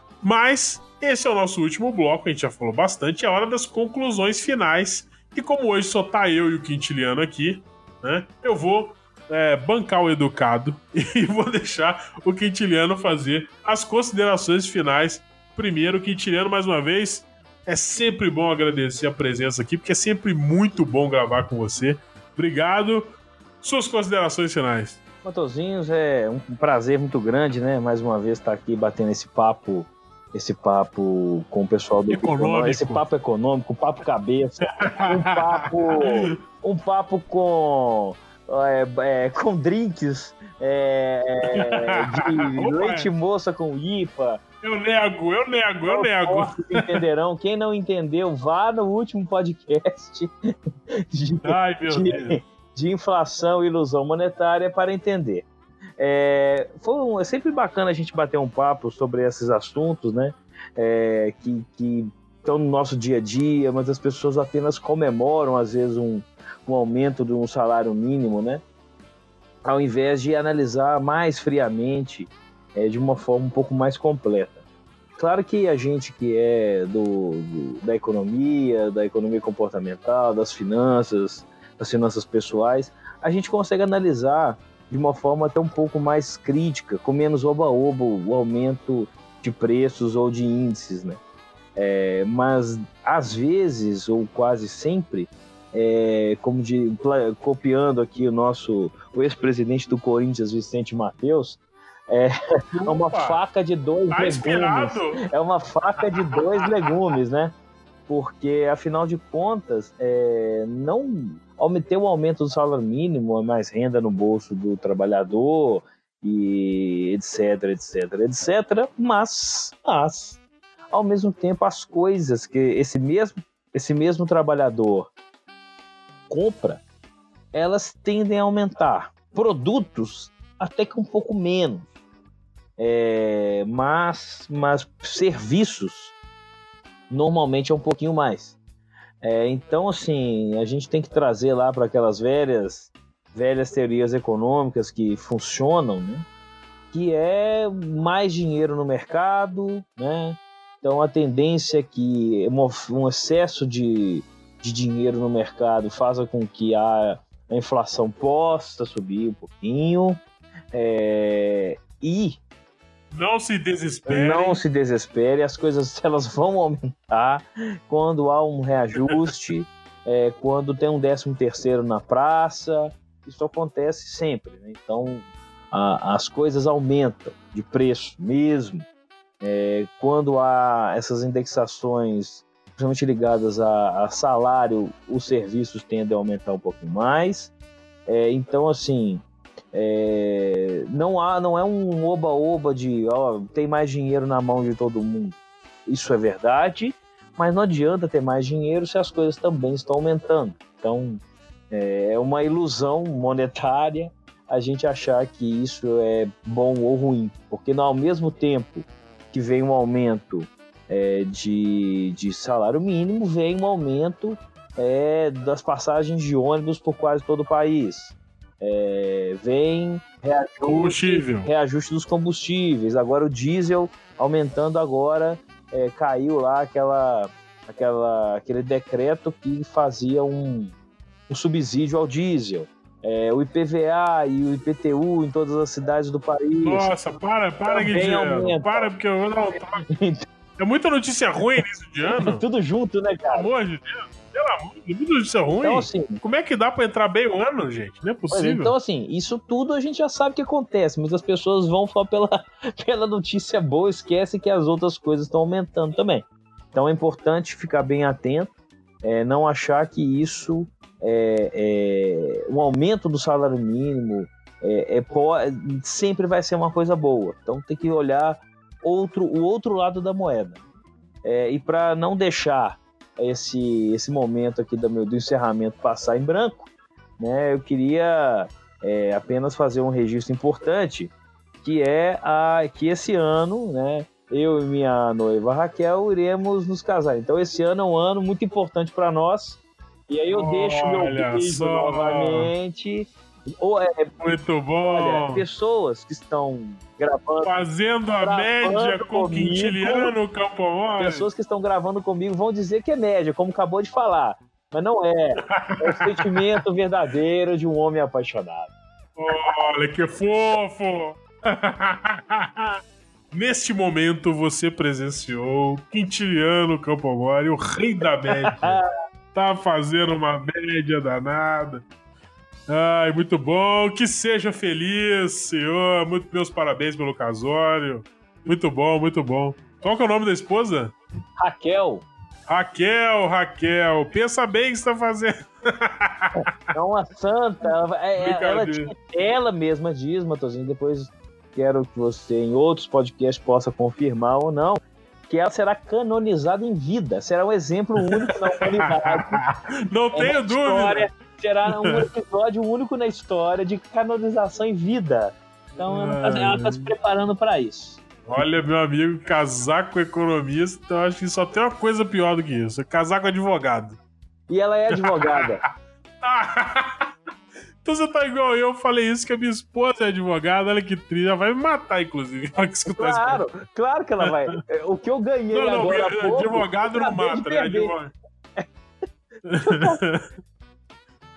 Mas esse é o nosso último bloco, a gente já falou bastante, é a hora das conclusões finais. E como hoje só tá eu e o Quintiliano aqui, né, eu vou é, bancar o educado e vou deixar o Quintiliano fazer as considerações finais. Primeiro, Quintiliano, mais uma vez, é sempre bom agradecer a presença aqui, porque é sempre muito bom gravar com você. Obrigado. Suas considerações finais. Matosinhos, é um prazer muito grande, né, mais uma vez estar aqui batendo esse papo esse papo com o pessoal do econômico. Esse papo econômico, papo cabeça, um papo, um papo com, é, é, com drinks é, de Opa, leite moça com I P A. Eu nego, eu nego, eu nego. Entenderão. Quem não entendeu, vá no último podcast de, Ai, meu de, Deus. de inflação e ilusão monetária para entender. É, foi um, é sempre bacana a gente bater um papo sobre esses assuntos, né? É, que, que estão no nosso dia a dia, mas as pessoas apenas comemoram, às vezes, um, um aumento de um salário mínimo, né? Ao invés de analisar mais friamente, é, de uma forma um pouco mais completa. Claro que a gente que é do, do, da economia, da economia comportamental, das finanças, das finanças pessoais, a gente consegue analisar de uma forma até um pouco mais crítica, com menos oba-oba o aumento de preços ou de índices, né? É, mas, às vezes, ou quase sempre, é, como de, copiando aqui o nosso o ex-presidente do Corinthians, Vicente Mateus, é, é uma faca de dois tá legumes. Inspirado. É uma faca de dois legumes, né? Porque, afinal de contas, é, não ter o aumento do salário mínimo, mais renda no bolso do trabalhador, e etc, etc, etc, mas, mas, ao mesmo tempo, as coisas que esse mesmo, esse mesmo trabalhador compra, elas tendem a aumentar. Produtos, até que um pouco menos. É, mas, mas serviços, normalmente é um pouquinho mais. É, então, assim, a gente tem que trazer lá para aquelas velhas, velhas teorias econômicas que funcionam, né? Que é mais dinheiro no mercado, né? Então, a tendência é que um excesso de, de dinheiro no mercado faça com que a, a inflação possa subir um pouquinho. É, e não se desespere. Não se desespere, as coisas elas vão aumentar quando há um reajuste, é, quando tem um décimo terceiro na praça, isso acontece sempre, né? Então, a, as coisas aumentam de preço mesmo. É, quando há essas indexações, principalmente ligadas a, a salário, os serviços tendem a aumentar um pouco mais. É, então, assim... É, não, há, não é um oba-oba de ó, tem mais dinheiro na mão de todo mundo. Isso é verdade, mas não adianta ter mais dinheiro se as coisas também estão aumentando. Então é uma ilusão monetária a gente achar que isso é bom ou ruim, porque ao mesmo tempo que vem um aumento é, de, de salário mínimo, vem um aumento é, das passagens de ônibus por quase todo o país. É, vem reajuste, reajuste dos combustíveis, agora o diesel aumentando agora, é, caiu lá aquela, aquela, aquele decreto que fazia um, um subsídio ao diesel, é, o I P V A e o I P T U em todas as cidades do país. Nossa, para, para Guilherme, para porque eu não... É muita notícia ruim nesse de ano. Tudo junto, né, cara? Pelo amor de Deus. Pelo amor de Deus, notícia ruim. Então, assim, como é que dá pra entrar bem o ano, gente? Não é possível. Então, assim, isso tudo a gente já sabe que acontece, mas as pessoas vão só pela, pela notícia boa, esquecem que as outras coisas estão aumentando também. Então é importante ficar bem atento, é, não achar que isso, é, é, um aumento do salário mínimo é, é, sempre vai ser uma coisa boa. Então tem que olhar outro, o outro lado da moeda. É, e para não deixar esse, esse momento aqui do, meu, do encerramento passar em branco, né, eu queria é, apenas fazer um registro importante, que é a, que esse ano, né, eu e minha noiva Raquel iremos nos casar. Então esse ano é um ano muito importante para nós. E aí eu Olha deixo meu beijo só. novamente. Ou, é, muito bom. Olha, pessoas que estão gravando... Fazendo a média com o Quintiliano Campomori. Pessoas que estão gravando comigo vão dizer que é média, como acabou de falar. Mas não é. É o sentimento verdadeiro de um homem apaixonado. Olha, que fofo! Neste momento, você presenciou Quintiliano Campomori, o rei da média. Tá fazendo uma média danada. Ai, muito bom. Que seja feliz, senhor. Muito meus parabéns pelo casório. Muito bom, muito bom. Qual que é o nome da esposa? Raquel. Raquel, Raquel. Pensa bem o que você tá fazendo. É uma santa. Ela, ela, ela, ela mesma diz, Matosinho, depois quero que você em outros podcasts possa confirmar ou não, que ela será canonizada em vida. Será um exemplo único na humanidade. Não tenho dúvida. Será um episódio único na história de canonização em vida. Então ela está se preparando para isso. Olha, meu amigo, casar com economista, eu acho que só tem uma coisa pior do que isso: é casar com advogado. E ela é advogada. Então você tá igual eu, eu falei isso, que a minha esposa é advogada, olha que triste, ela vai me matar, inclusive. Claro, claro que ela vai. O que eu ganhei não, não, agora há pouco... Advogado não mata, né? Advogado.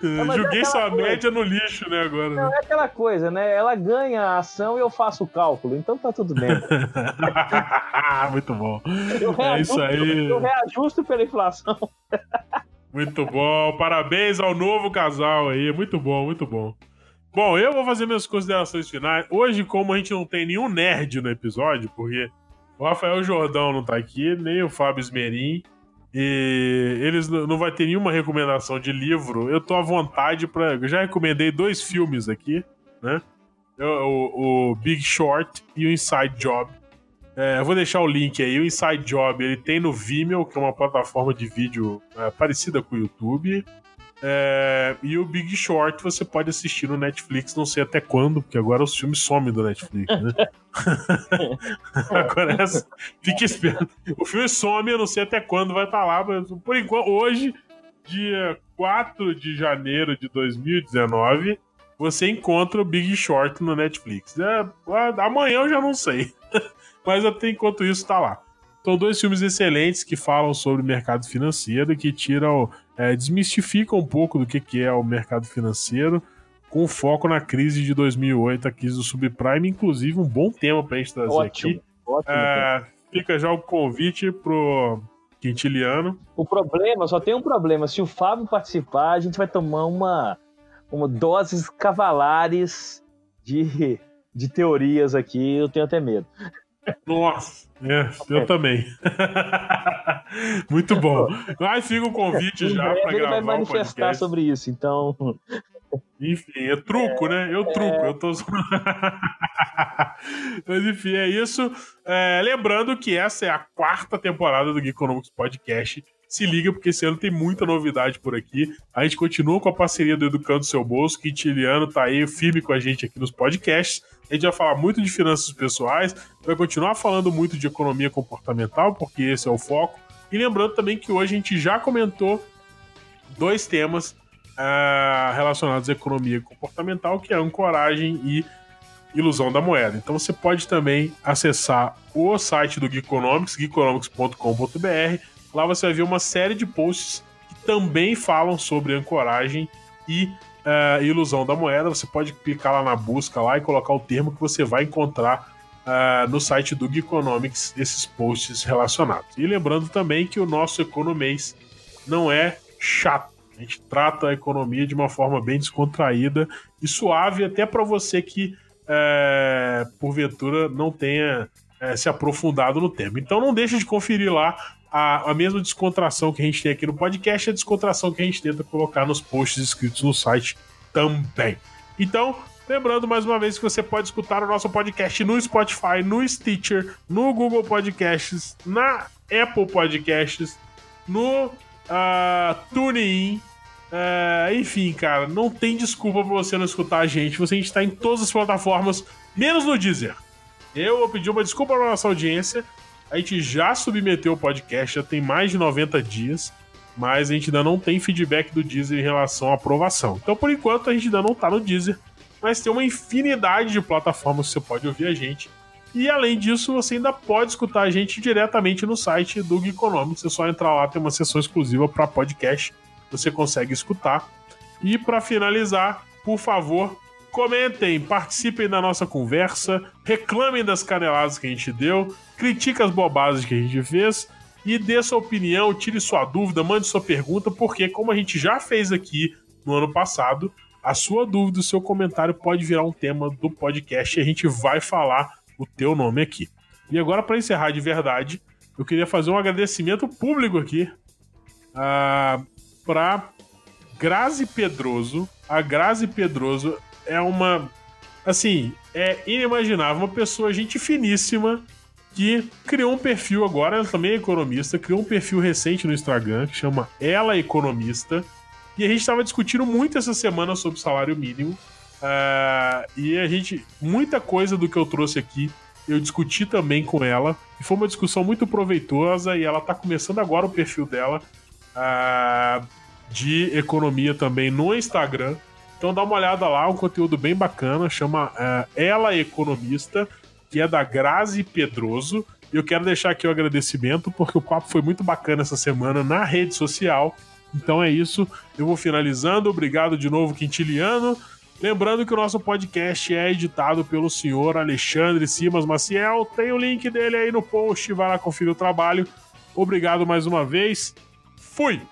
Não, Joguei é sua coisa. média no lixo, né, agora. Não, né? é aquela coisa, né? Ela ganha a ação e eu faço o cálculo, então tá tudo bem. Muito bom. Eu É isso aí. Eu reajusto pela inflação. Muito bom. Parabéns ao novo casal aí. Muito bom, muito bom. Bom, eu vou fazer minhas considerações finais. Hoje, como a gente não tem nenhum nerd no episódio, porque o Rafael Jordão não tá aqui, nem o Fábio Esmerim, e eles não vai ter nenhuma recomendação de livro, eu tô à vontade pra... Eu já recomendei dois filmes aqui, né? O, o Big Short e o Inside Job. É, eu vou deixar o link aí. O Inside Job, ele tem no Vimeo, que é uma plataforma de vídeo é, parecida com o YouTube. É, e o Big Short você pode assistir no Netflix, não sei até quando, porque agora os filmes somem do Netflix, né? Agora essa, fique esperto. O filme some, eu não sei até quando vai estar lá, mas por enquanto, hoje, dia quatro de janeiro de dois mil e dezenove, você encontra o Big Short no Netflix. É, amanhã eu já não sei, mas até enquanto isso tá lá. São dois filmes excelentes que falam sobre o mercado financeiro e que tiram, é, desmistificam um pouco do que, que é o mercado financeiro, com foco na crise de dois mil e oito, a crise do subprime, inclusive um bom tema pra gente trazer Ótimo, aqui. ótimo. É, fica já o convite pro Quintiliano. O problema, só tem um problema. Se o Fábio participar, a gente vai tomar uma, uma doses cavalares de, de teorias aqui. Eu tenho até medo. Nossa, é, eu também. Muito bom. Mas fica o convite já pra gravar. Ele vai manifestar um sobre isso, então. Enfim, é truco, é, né? Eu truco, é... eu tô. Mas enfim, é isso. É, lembrando que essa é a quarta temporada do Geekonomics Podcast. Se liga, porque esse ano tem muita novidade por aqui. A gente continua com a parceria do Educando Seu Bolso. Quintiliano tá aí firme com a gente aqui nos podcasts. A gente vai falar muito de finanças pessoais, vai continuar falando muito de economia comportamental, porque esse é o foco. E lembrando também que hoje a gente já comentou dois temas uh, relacionados à economia comportamental, que é ancoragem e ilusão da moeda. Então você pode também acessar o site do Geekonomics, geekonomics ponto com ponto b r. Lá você vai ver uma série de posts que também falam sobre ancoragem e uh, ilusão da moeda. Você pode clicar lá na busca lá e colocar o termo que você vai encontrar uh, no site do Geekonomics, esses posts relacionados. E lembrando também que o nosso Economês não é chato. A gente trata a economia de uma forma bem descontraída e suave, até para você que, uh, porventura, não tenha uh, se aprofundado no tema. Então não deixe de conferir lá A, a mesma descontração que a gente tem aqui no podcast, a descontração que a gente tenta colocar nos posts escritos no site também. Então, lembrando mais uma vez que você pode escutar o nosso podcast no Spotify, no Stitcher, no Google Podcasts, na Apple Podcasts, no uh, TuneIn. Uh, enfim, cara, não tem desculpa pra você não escutar a gente. Você está em todas as plataformas, menos no Deezer. Eu vou pedir uma desculpa pra nossa audiência. A gente já submeteu o podcast, já tem mais de noventa dias, mas a gente ainda não tem feedback do Deezer em relação à aprovação. Então, por enquanto, a gente ainda não tá no Deezer, mas tem uma infinidade de plataformas que você pode ouvir a gente. E, além disso, você ainda pode escutar a gente diretamente no site do Geekonomics. É só entrar lá, tem uma seção exclusiva para podcast, você consegue escutar. E, para finalizar, por favor, comentem, participem da nossa conversa, reclamem das caneladas que a gente deu, critiquem as bobagens que a gente fez e dê sua opinião, tire sua dúvida, mande sua pergunta, porque como a gente já fez aqui no ano passado, a sua dúvida, o seu comentário pode virar um tema do podcast e a gente vai falar o teu nome aqui. E agora, para encerrar de verdade, eu queria fazer um agradecimento público aqui uh, para Grazi Pedroso. A Grazi Pedroso é uma, assim, é inimaginável, uma pessoa, gente finíssima, que criou um perfil agora, ela também é economista, criou um perfil recente no Instagram, que chama Ela Economista, e a gente estava discutindo muito essa semana sobre salário mínimo, uh, e a gente, muita coisa do que eu trouxe aqui, eu discuti também com ela, e foi uma discussão muito proveitosa, e ela está começando agora o perfil dela, uh, de economia também no Instagram. Então dá uma olhada lá, um conteúdo bem bacana, chama uh, Ela Economista, que é da Grazi Pedroso. E eu quero deixar aqui o agradecimento, porque o papo foi muito bacana essa semana na rede social. Então é isso, eu vou finalizando. Obrigado de novo, Quintiliano. Lembrando que o nosso podcast é editado pelo senhor Alexandre Simas Maciel. Tem o link dele aí no post, vai lá conferir o trabalho. Obrigado mais uma vez. Fui!